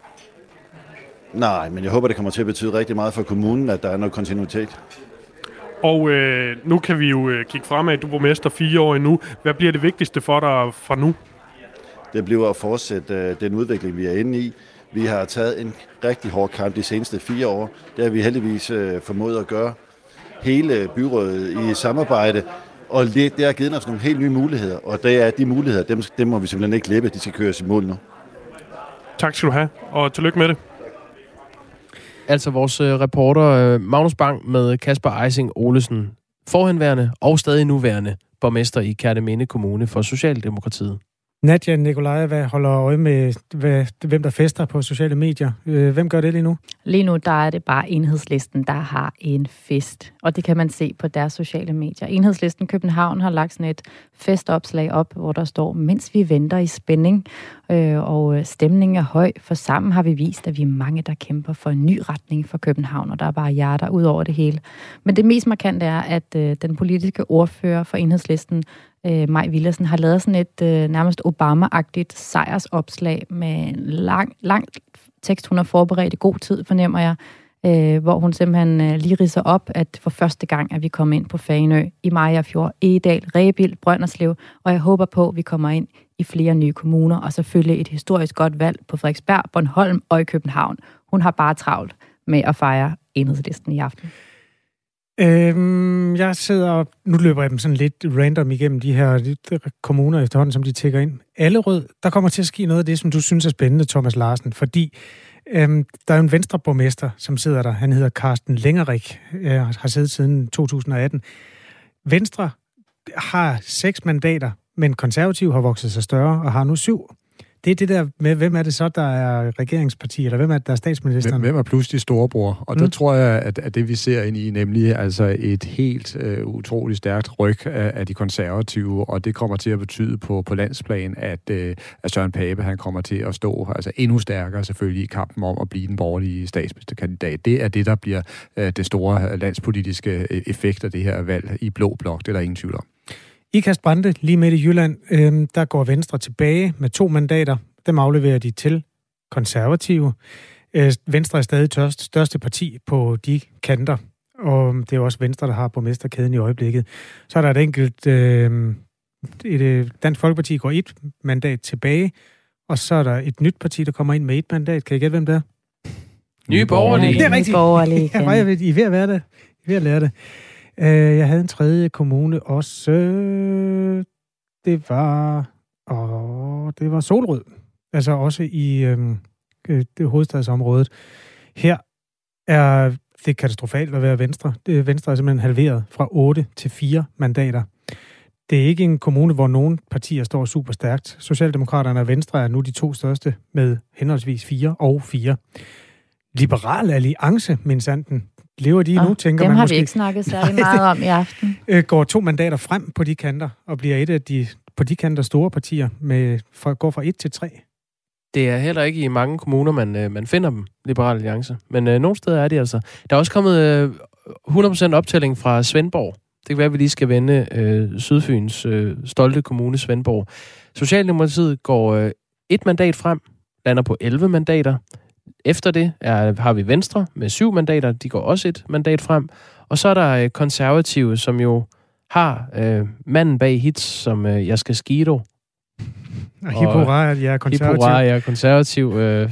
Nej, men jeg håber, det kommer til at betyde rigtig meget for kommunen, at der er noget kontinuitet. Og nu kan vi jo kigge fremad. Du er borgmester 4 år endnu. Hvad bliver det vigtigste for dig fra nu? Det bliver at fortsætte den udvikling, vi er inde i. Vi har taget en rigtig hård kamp de seneste 4 år. Det har vi heldigvis formået at gøre. Hele byrådet i samarbejde, og det har givet os nogle helt nye muligheder. Og det er de muligheder, dem må vi simpelthen ikke glemme. De skal køres i mål nu. Tak skal du have, og tillykke med det. Altså vores reporter Magnus Bang med Kasper Eising Olesen, forhenværende og stadig nuværende borgmester i Kerteminde Kommune for Socialdemokratiet. Nadia Nikolajeva holder øje med, hvem der fester på sociale medier. Hvem gør det lige nu? Lige nu der er det bare Enhedslisten, der har en fest. Og det kan man se på deres sociale medier. Enhedslisten København har lagt sådan et festopslag op, hvor der står, mens vi venter i spænding, og stemningen er høj, for sammen har vi vist, at vi er mange, der kæmper for en ny retning for København, og der er bare hjerter ud over det hele. Men det mest markante er, at den politiske ordfører for Enhedslisten, Maj Villadsen, har lavet sådan et nærmest Obama-agtigt sejrsopslag med en lang tekst, hun har forberedt i god tid, fornemmer jeg, hvor hun simpelthen lige ridser op, at for første gang er vi kommet ind på Fanø, i Mariagerfjord, Egedal, Rebild, Brønderslev, og jeg håber på, at vi kommer ind i flere nye kommuner, og selvfølgelig et historisk godt valg på Frederiksberg, Bornholm og i København. Hun har bare travlt med at fejre Enhedslisten i aften. Jeg sidder, nu løber jeg dem sådan lidt random igennem de her kommuner efterhånden, som de tækker ind. Allerød, der kommer til at ske noget af det, som du synes er spændende, Thomas Larsen, fordi der er en venstreborgmester, som sidder der. Han hedder Carsten Lengerik, har siddet siden 2018. Venstre har 6 mandater, men Konservativ har vokset sig større og har nu 7. Det er det der med, hvem er det så, der er regeringsparti, eller hvem er det, der er statsministeren? Hvem er pludselig storebror? Og der tror jeg, at det vi ser ind i, nemlig altså et helt utroligt stærkt ryg af de konservative, og det kommer til at betyde på landsplan, at Søren Pape, han kommer til at stå altså endnu stærkere selvfølgelig i kampen om at blive den borgerlige statsministerkandidat. Det er det, der bliver det store landspolitiske effekt af det her valg i blå blok. Det er der ingen tvivl om. Ikast Brande, lige midt i Jylland, der går Venstre tilbage med 2 mandater. Dem afleverer de til Konservative. Venstre er stadig største parti på de kanter, og det er også Venstre, der har borgmesterkæden i øjeblikket. Så er der et enkelt... Dansk Folkeparti går 1 mandat tilbage, og så er der et nyt parti, der kommer ind med 1 mandat. Kan I gætte, hvem det er? Nye Borgerlige. Det er rigtigt. I er ved at være det. I er ved at lære det. Jeg havde en 3. kommune også. Det var Solrød. Altså også i det hovedstadsområdet. Her er det katastrofalt at være Venstre. Venstre er simpelthen halveret fra 8 til 4 mandater. Det er ikke en kommune, hvor nogen partier står super stærkt. Socialdemokraterne og Venstre er nu de 2 største med henholdsvis 4 og 4. Liberal Alliance, mindsanden. Lever de nu, tænker dem man har måske. Vi ikke snakket særlig meget om i aften. Går 2 mandater frem på de kanter, og bliver et af de på de kanter store partier, går fra 1 til 3. Det er heller ikke i mange kommuner, man finder dem, Liberal Alliance. Men nogle steder er de altså. Der er også kommet 100% optælling fra Svendborg. Det kan være, at vi lige skal vende Sydfyns stolte kommune Svendborg. Socialdemokratiet går 1 mandat frem, lander på 11 mandater. Efter det har vi Venstre med 7 mandater. De går også 1 mandat frem. Og så er der Konservative, som jo har manden bag hits, som Jeg skal skido. Og Hip hurra, jeg er konservativ. Hip hurra, jeg er konservativ.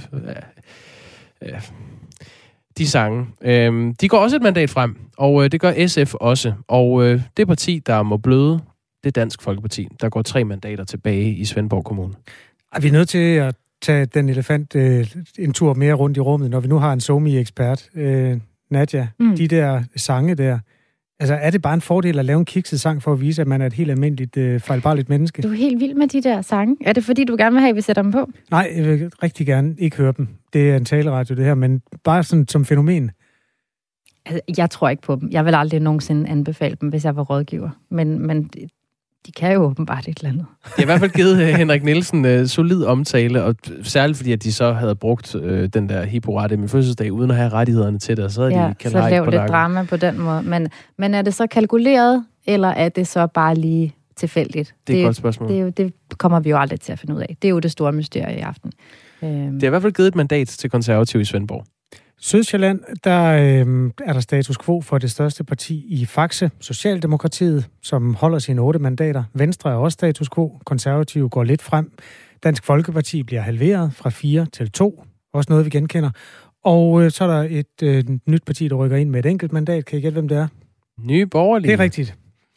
De sange. De går også 1 mandat frem, og det gør SF også. Og det parti, der må bløde, det er Dansk Folkeparti. Der går 3 mandater tilbage i Svendborg Kommune. Vi er nødt til at tage den elefant en tur mere rundt i rummet, når vi nu har en SoMe-ekspert. Nadia, de der sange der, altså er det bare en fordel at lave en kikset sang for at vise, at man er et helt almindeligt, fejlbarligt menneske? Du er helt vild med de der sange. Er det fordi, du gerne vil have, at vi sætter dem på? Nej, jeg vil rigtig gerne ikke høre dem. Det er en taleradio, det her, men bare sådan som fænomen. Altså, jeg tror ikke på dem. Jeg vil aldrig nogensinde anbefale dem, hvis jeg var rådgiver. Men de kan jo åbenbart et eller andet. Det har i hvert fald givet Henrik Nielsen solid omtale, og særligt fordi, at de så havde brugt den der Hip hurra, det min fødselsdag, uden at have rettighederne til det, og så havde de så lav lidt drama på den måde. Men er det så kalkuleret, eller er det så bare lige tilfældigt? Det er et godt spørgsmål. Det kommer vi jo aldrig til at finde ud af. Det er jo det store mysterie i aften. Det har i hvert fald givet et mandat til Konservativ i Svendborg. Sydsjælland, der er der status quo for det største parti i Faxe, Socialdemokratiet, som holder sine 8 mandater. Venstre er også status quo. Konservative går lidt frem. Dansk Folkeparti bliver halveret fra 4 til 2. Også noget, vi genkender. Og så er der et nyt parti, der rykker ind med et enkelt mandat. Kan I gætte, hvem det er? Nye Borgerlige. Det er rigtigt.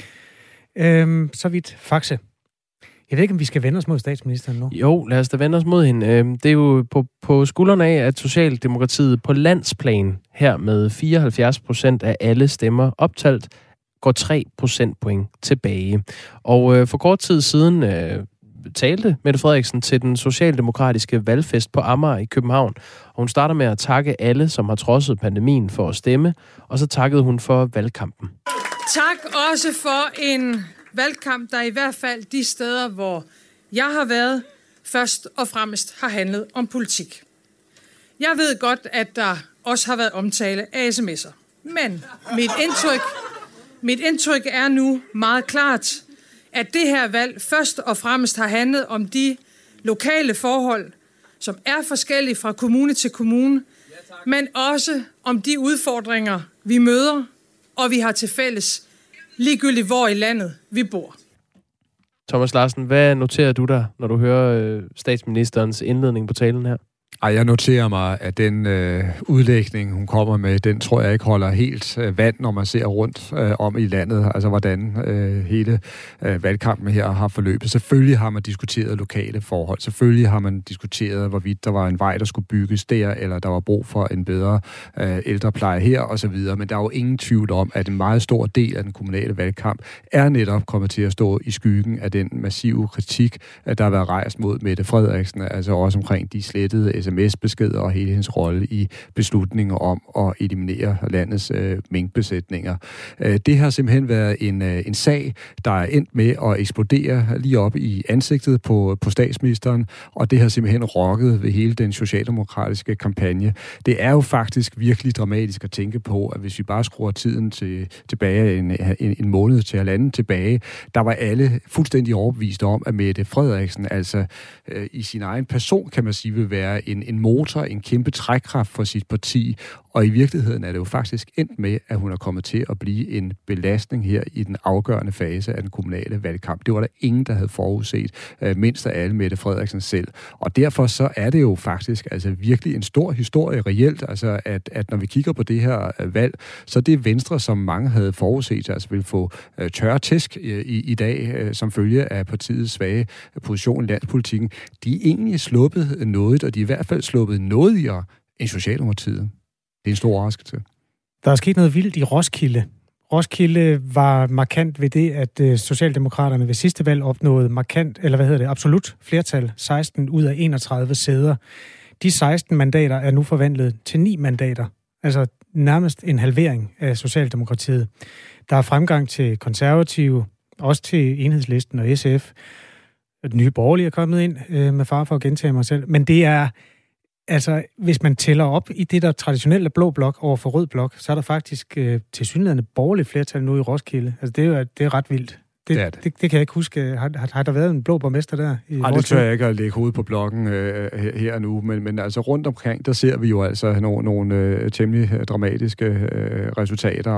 Så vidt Faxe. Jeg ved ikke, om vi skal vende os mod statsministeren nu. Jo, lad os da vende os mod hende. Det er jo på skuldrene af, at Socialdemokratiet på landsplan her med 74% af alle stemmer optalt, går 3 procentpoint tilbage. Og for kort tid siden talte Mette Frederiksen til den socialdemokratiske valgfest på Amager i København. Og hun starter med at takke alle, som har trodset pandemien for at stemme, og så takkede hun for valgkampen. Tak også for en valgkamp, der i hvert fald de steder, hvor jeg har været, først og fremmest har handlet om politik. Jeg ved godt, at der også har været omtale af sms'er. Men mit indtryk er nu meget klart, at det her valg først og fremmest har handlet om de lokale forhold, som er forskellige fra kommune til kommune, men også om de udfordringer, vi møder, og vi har til fælles, ligegyldigt hvor i landet vi bor. Thomas Larsen, hvad noterer du der, når du hører statsministerens indledning på talen her? Jeg noterer mig, at den udlægning, hun kommer med, den tror jeg ikke holder helt vand, når man ser rundt om i landet. Altså, hvordan hele valgkampen her har forløbet. Selvfølgelig har man diskuteret lokale forhold. Selvfølgelig har man diskuteret, hvorvidt der var en vej, der skulle bygges der, eller der var brug for en bedre ældrepleje her, osv. Men der er jo ingen tvivl om, at en meget stor del af den kommunale valgkamp er netop kommet til at stå i skyggen af den massive kritik, der har været rejst mod Mette Frederiksen, altså også omkring de slettede sms-beskeder og hele hendes rolle i beslutninger om at eliminere landets minkbesætninger. Det har simpelthen været en sag, der er endt med at eksplodere lige op i ansigtet på statsministeren, og det har simpelthen rokket ved hele den socialdemokratiske kampagne. Det er jo faktisk virkelig dramatisk at tænke på, at hvis vi bare skruer tiden tilbage en måned til halvanden tilbage, der var alle fuldstændig overbevist om, at Mette Frederiksen altså i sin egen person, kan man sige, vil være en motor, en kæmpe trækkraft for sit parti, og i virkeligheden er det jo faktisk endt med, at hun er kommet til at blive en belastning her i den afgørende fase af den kommunale valgkamp. Det var der ingen, der havde forudset, mindst af alle Mette Frederiksen selv. Og derfor så er det jo faktisk altså virkelig en stor historie reelt, altså at når vi kigger på det her valg, så det Venstre, som mange havde forudset, altså vil få tørre tæsk i dag, som følge af partiets svage position i landspolitikken, de er egentlig sluppet noget, og de er i hvert fald sluppet nådigere end Socialdemokratiet. Det er en stor overraskelse. Der er sket noget vildt i Roskilde. Roskilde var markant ved det, at Socialdemokraterne ved sidste valg opnåede absolut flertal, 16 ud af 31 sæder. De 16 mandater er nu forvandlet til 9 mandater, altså nærmest en halvering af Socialdemokratiet. Der er fremgang til Konservative, også til Enhedslisten og SF. Den nye Borgerlige er kommet ind med fare for at gentage mig selv, men det er altså, hvis man tæller op i det, der traditionelt er blå blok over for rød blok, så er der faktisk tilsyneladende borgerligt flertal nu i Roskilde. Altså, det er ret vildt. Det kan jeg ikke huske. Har der været en blå borgmester der? Nej, det tør jeg ikke at lægge hovedet på blokken her nu, men altså rundt omkring, der ser vi jo altså nogle temmelig dramatiske resultater,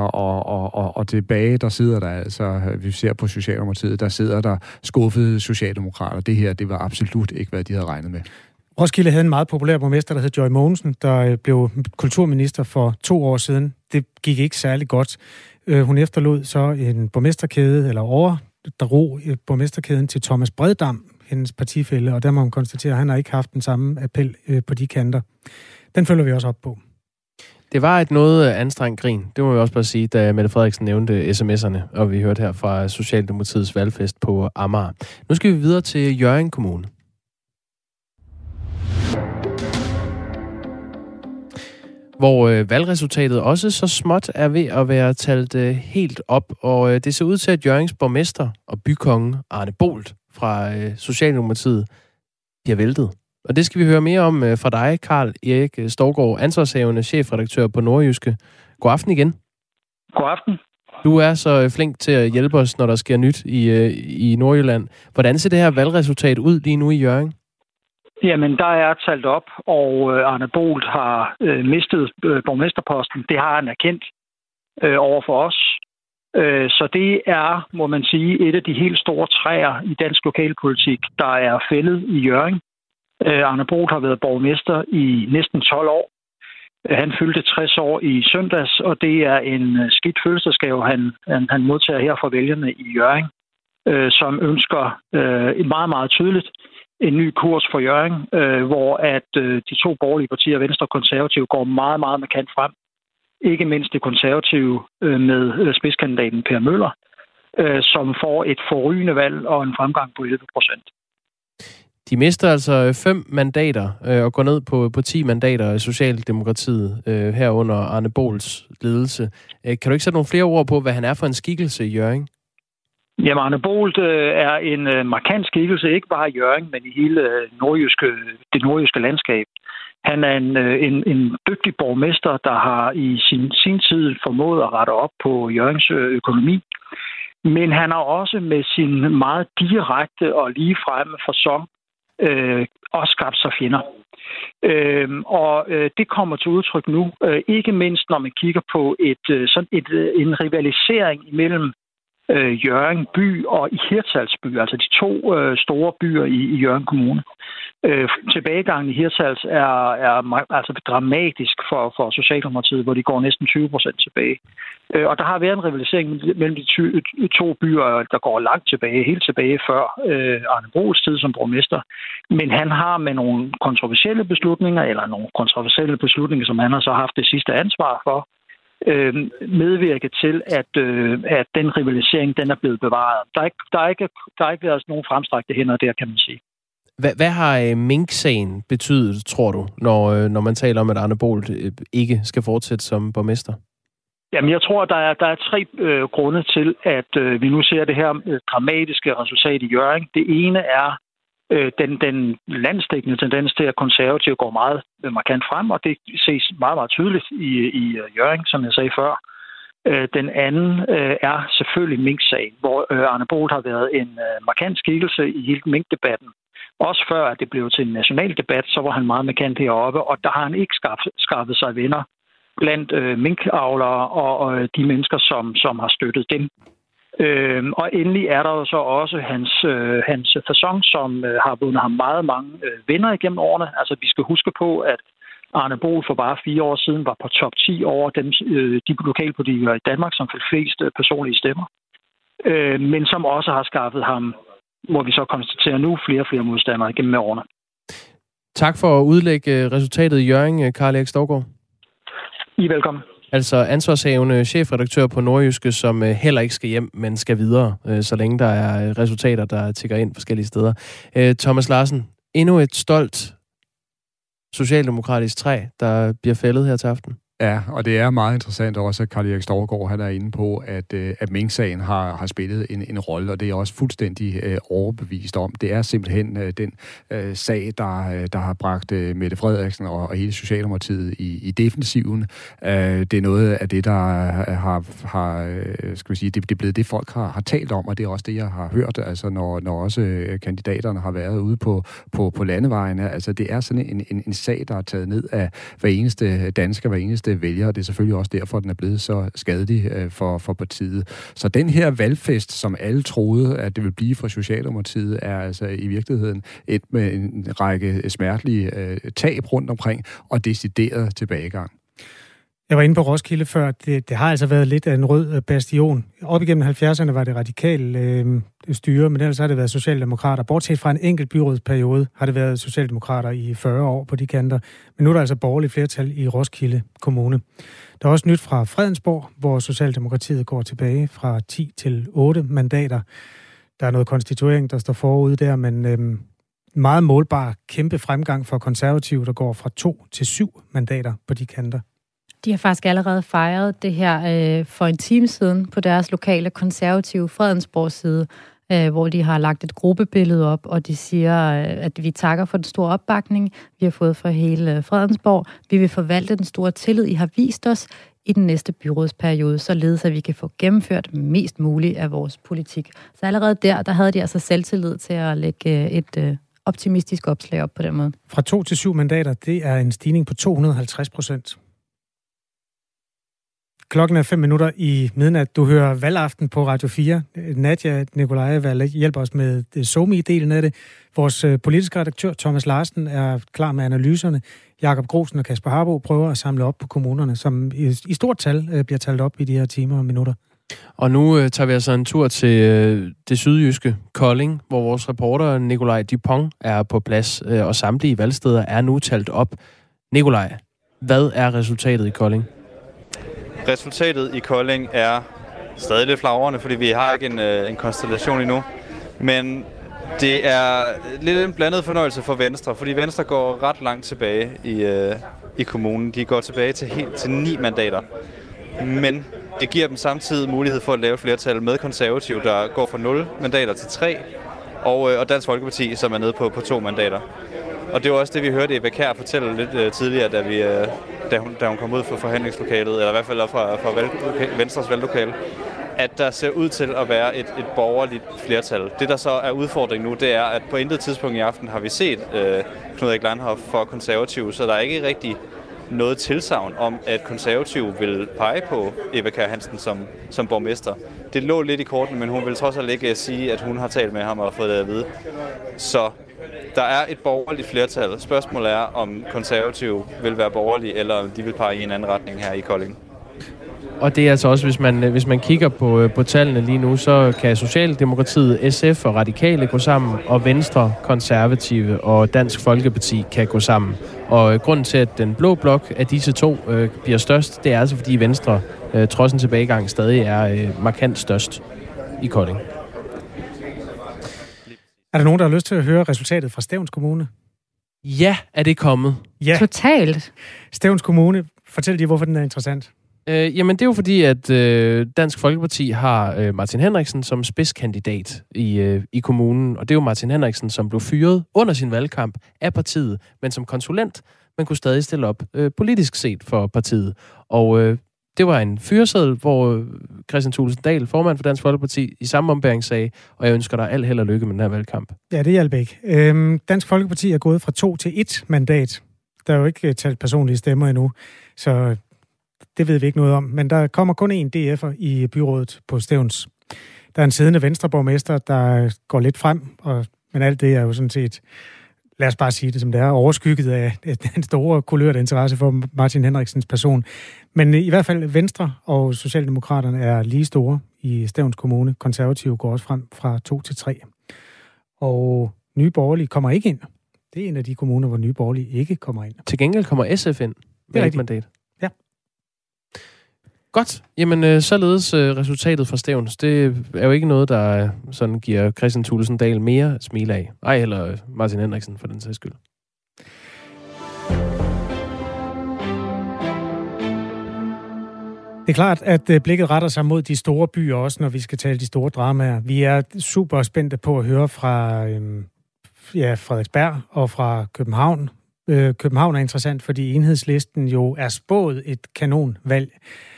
og tilbage, der sidder der altså, vi ser på Socialdemokratiet, der sidder der skuffede socialdemokrater. Det her, det var absolut ikke, hvad de havde regnet med. Roskilde havde en meget populær borgmester, der hed Joy Mogensen, der blev kulturminister for 2 år siden. Det gik ikke særlig godt. Hun efterlod så en borgmesterkæde, eller overdrog borgmesterkæden til Thomas Breddam, hendes partifælle, og der må man konstatere, at han har ikke haft den samme appel på de kanter. Den følger vi også op på. Det var et noget anstrengt grin, det må vi også bare sige, da Mette Frederiksen nævnte sms'erne, og vi hørte her fra Socialdemokratiets valgfest på Amager. Nu skal vi videre til Hjørring Kommune. Hvor valgresultatet også så småt er ved at være talt helt op, og det ser ud til, at Hjørrings borgmester og bykonge Arne Bolt fra Socialdemokratiet bliver væltet. Og det skal vi høre mere om fra dig, Karl Erik Storgård, ansvarshavende chefredaktør på Nordjyske. God aften igen. God aften. Du er så flink til at hjælpe os, når der sker nyt i Nordjylland. Hvordan ser det her valgresultat ud lige nu i Hjørring? Jamen, der er talt op, og Arne Boelt har mistet borgmesterposten. Det har han erkendt over for os. Så det er, må man sige, et af de helt store træer i dansk lokalpolitik, der er fældet i Hjørring. Arne Boelt har været borgmester i næsten 12 år. Han fyldte 60 år i søndags, og det er en skidt fødselsdagsgave, han modtager her fra vælgerne i Hjørring, som ønsker meget, meget tydeligt en ny kurs for Hjørring, hvor at de to borgerlige partier, Venstre og Konservative, går meget, meget markant frem. Ikke mindst det konservative med spidskandidaten Per Møller, som får et forrygende valg og en fremgang på 11%. De mister altså 5 mandater og går ned på 10 mandater af Socialdemokratiet herunder Arne Boelts ledelse. Kan du ikke sætte nogle flere ord på, hvad han er for en skikkelse i Hjørring? Jamen, Arne Boelt er en markant skikkelse, ikke bare i Hjørring, men i hele det nordjyske landskab. Han er en dygtig borgmester, der har i sin tid formået at rette op på Hjørrings økonomi. Men han har også med sin meget direkte og ligefremme facon også skabt sig fjender. Det kommer til udtryk nu, ikke mindst når man kigger på en rivalisering imellem Hjørring by og i Hirtshals by, altså de to store byer i Hjørring Kommune. Tilbagegangen i Hirtshals er altså dramatisk for Socialdemokratiet, hvor de går næsten 20% tilbage. Og der har været en rivalisering mellem de to byer, der går langt tilbage, helt tilbage før Arne Boelts tid som borgmester. Men han har med nogle kontroversielle beslutninger, som han har så haft det sidste ansvar for, medvirke til, at den rivalisering, den er blevet bevaret. Der er ikke været nogen fremstrakte hænder der, kan man sige. Hvad har Mink-sagen betydet, tror du, når man taler om, at Arne Boelt ikke skal fortsætte som borgmester? Jamen, jeg tror, der er 3 grunde til, at vi nu ser det her dramatiske resultat i Hjørring. Det ene er den landsdækkende tendens til, at konservative går meget markant frem, og det ses meget, meget tydeligt i Hjørring, som jeg sagde før. Den anden er selvfølgelig Mink-sagen, hvor Arne Boelt har været en markant skikkelse i hele Mink-debatten. Også før at det blev til en national debat, så var han meget markant heroppe, og der har han ikke skaffet sig venner blandt minkavlere og de mennesker, som har støttet dem. Og endelig er der jo så også hans facon, som har vundet ham meget mange venner igennem årene. Altså, vi skal huske på, at Arne Boelt for bare 4 år siden var på top 10 over de lokalpolitikere i Danmark, som fik flest personlige stemmer. Men som også har skaffet ham, må vi så konstatere nu, flere og flere modstandere igennem årene. Tak for at udlægge resultatet i Hjørring, Karl Erik Stougaard. I er velkommen. Altså ansvarshavende chefredaktør på Nordjyske, som heller ikke skal hjem, men skal videre, så længe der er resultater, der tikker ind forskellige steder. Thomas Larsen, endnu et stolt socialdemokratisk træ, der bliver fældet her til aften. Ja, og det er meget interessant også, at Karl Erik Stougaard han er inde på, at Mink-sagen har spillet en rolle, og det er også fuldstændig overbevist om. Det er simpelthen den sag, der har bragt Mette Frederiksen og hele Socialdemokratiet i defensiven. Det er noget af det, der har skal vi sige, det er blevet det, folk har talt om, og det er også det, jeg har hørt, altså når også kandidaterne har været ude på landevejene. Altså det er sådan en sag, der er taget ned af hver eneste dansker, hver eneste vælger, og det er selvfølgelig også derfor, den er blevet så skadelig for partiet. Så den her valgfest, som alle troede, at det ville blive for Socialdemokratiet, er altså i virkeligheden med en række smertelige tab rundt omkring, og decideret tilbagegang. Jeg var inde på Roskilde før. Det har altså været lidt af en rød bastion. Op igennem 70'erne var det radikale styre, men ellers har det været socialdemokrater. Bortset fra en enkelt byrådsperiode har det været socialdemokrater i 40 år på de kanter. Men nu er der altså borgerligt flertal i Roskilde Kommune. Der er også nyt fra Fredensborg, hvor Socialdemokratiet går tilbage fra 10 til 8 mandater. Der er noget konstituering, der står forude der, men meget målbar kæmpe fremgang for konservative, der går fra 2 til 7 mandater på de kanter. De har faktisk allerede fejret det her for en time siden på deres lokale konservative Fredensborg side, hvor de har lagt et gruppebillede op, og de siger, at vi takker for den store opbakning, vi har fået fra hele Fredensborg. Vi vil forvalte den store tillid, I har vist os i den næste byrådsperiode, således at vi kan få gennemført mest muligt af vores politik. Så allerede der havde de altså selvtillid til at lægge et optimistisk opslag op på den måde. Fra 2 til 7 mandater, det er en stigning på 250%. Klokken er 5 minutter i midnat. Du hører Valgaften på Radio 4. Nadia Nikolajeva hjælper os med SoMe-delen af det. Vores politiske redaktør Thomas Larsen er klar med analyserne. Jakob Grosen og Kasper Harbo prøver at samle op på kommunerne, som i stort tal bliver talt op i de her timer og minutter. Og nu tager vi altså en tur til det sydjyske Kolding, hvor vores reporter Nikolaj Dupont er på plads, og samtlige valgsteder er nu talt op. Nikolaj, hvad er resultatet i Kolding? Resultatet i Kolding er stadig lidt flagrende, fordi vi har ikke en konstellation endnu. Men det er lidt en blandet fornøjelse for Venstre, fordi Venstre går ret langt tilbage i kommunen. De går tilbage til 9 mandater. Men det giver dem samtidig mulighed for at lave flertal med Konservative, der går fra 0 mandater til 3, og Dansk Folkeparti, som er nede på 2 mandater. Og det var også det, vi hørte Eva Kjær fortælle lidt tidligere, da hun kom ud fra forhandlingslokalet, eller i hvert fald fra Venstres valglokale, at der ser ud til at være et borgerligt flertal. Det, der så er udfordringen nu, det er, at på intet tidspunkt i aften har vi set Knud Erik Langhoff for Konservative, så der er ikke rigtig noget tilsagn om, at Konservative vil pege på Eva Kjær Hansen som borgmester. Det lå lidt i korten, men hun vil trods alt ikke sige, at hun har talt med ham og fået det at vide. Så der er et borgerligt flertal. Spørgsmålet er, om Konservative vil være borgerlige, eller om de vil pege i en anden retning her i Kolding. Og det er altså også, hvis man kigger på tallene lige nu, så kan Socialdemokratiet, SF og Radikale gå sammen, og Venstre, Konservative og Dansk Folkeparti kan gå sammen. Og grunden til, at den blå blok af disse to bliver størst, det er altså, fordi Venstre, trods en tilbagegang, stadig er markant størst i Kolding. Er der nogen, der har lyst til at høre resultatet fra Stevns Kommune? Ja, er det kommet. Ja. Totalt. Stevns Kommune, fortæl lige, hvorfor den er interessant. Jamen, det er jo fordi, at Dansk Folkeparti har Martin Henriksen som spidskandidat i kommunen. Og det er jo Martin Henriksen, som blev fyret under sin valgkamp af partiet, men som konsulent, man kunne stadig stille op politisk set for partiet. Og det var en fyreseddel, hvor Kristian Thulesen Dahl, formand for Dansk Folkeparti, i samme ombæring sagde, og jeg ønsker dig alt held og lykke med den her valgkamp. Ja, det hjalp ikke. Dansk Folkeparti er gået fra 2 til 1 mandat. Der er jo ikke talt personlige stemmer endnu, så det ved vi ikke noget om. Men der kommer kun én DF'er i byrådet på Stevns. Der er en siddende venstreborgmester, der går lidt frem, men alt det er jo sådan set, lad os bare sige det som det er, overskygget af den store kulørte interesse for Martin Henriksens person. Men i hvert fald Venstre og Socialdemokraterne er lige store i Stevns Kommune. Konservative går også frem fra 2 til 3. Og Nye Borgerlige kommer ikke ind. Det er en af de kommuner, hvor Nye Borgerlige ikke kommer ind. Til gengæld kommer SF ind med et mandat. Ja. Godt. Jamen, således resultatet fra Stevns. Det er jo ikke noget, der sådan giver Kristian Thulesen Dahl mere smil af. Ej, eller Martin Henriksen for den sags skyld. Det er klart, at blikket retter sig mod de store byer også, når vi skal tale de store dramaer. Vi er super spændte på at høre fra Frederiksberg og fra København. København er interessant, fordi Enhedslisten jo er spået et kanonvalg.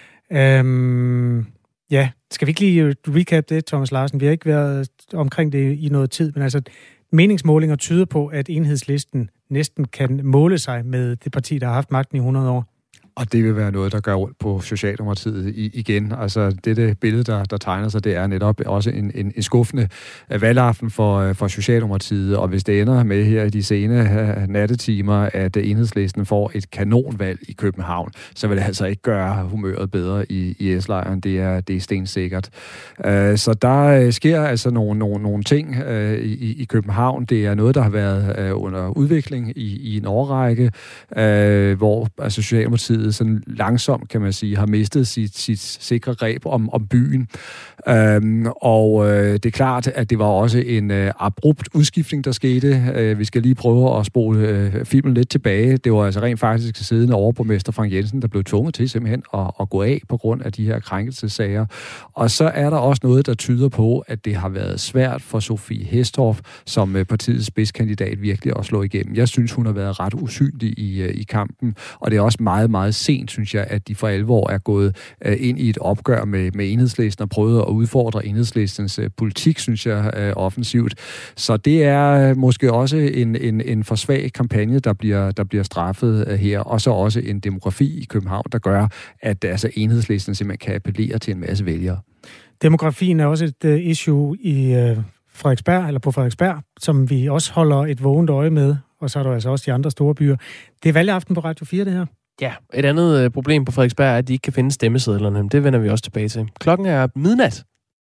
Skal vi ikke lige recap det, Thomas Larsen? Vi har ikke været omkring det i noget tid, men altså meningsmålinger tyder på, at Enhedslisten næsten kan måle sig med det parti, der har haft magten i 100 år. Og det vil være noget, der gør rundt på Socialdemokratiet igen. Altså, dette billede, der tegner sig, det er netop også en skuffende valgaften for Socialdemokratiet. Og hvis det ender med her i de sene nattetimer, at Enhedslisten får et kanonvalg i København, så vil det altså ikke gøre humøret bedre i S-lejren. Det er stensikkert. Så der sker altså nogle ting i København. Det er noget, der har været under udvikling i en årrække, hvor altså Socialdemokratiet sådan langsomt, kan man sige, har mistet sit sikre greb om byen. Det er klart, at det var også en abrupt udskiftning, der skete. Vi skal lige prøve at spole filmen lidt tilbage. Det var altså rent faktisk siddende overborgmester Frank Jensen, der blev tvunget til simpelthen at gå af på grund af de her krænkelsesager. Og så er der også noget, der tyder på, at det har været svært for Sofie Hestorff som partiets spidskandidat virkelig at slå igennem. Jeg synes, hun har været ret usynlig i kampen, og det er også meget, meget meget sent, synes jeg, at de for alvor er gået ind i et opgør med Enhedslisten og prøvet at udfordre Enhedslistens politik, synes jeg, offensivt. Så det er måske også en for svag kampagne, der bliver straffet her, og så også en demografi i København, der gør, at altså Enhedslisten simpelthen kan appellere til en masse vælgere. Demografien er også et issue i på Frederiksberg, som vi også holder et vågent øje med, og så er der altså også de andre store byer. Det er valgaften på Radio 4, det her. Ja, et andet problem på Frederiksberg er, at de ikke kan finde stemmesedlerne. Det vender vi også tilbage til. Klokken er midnat.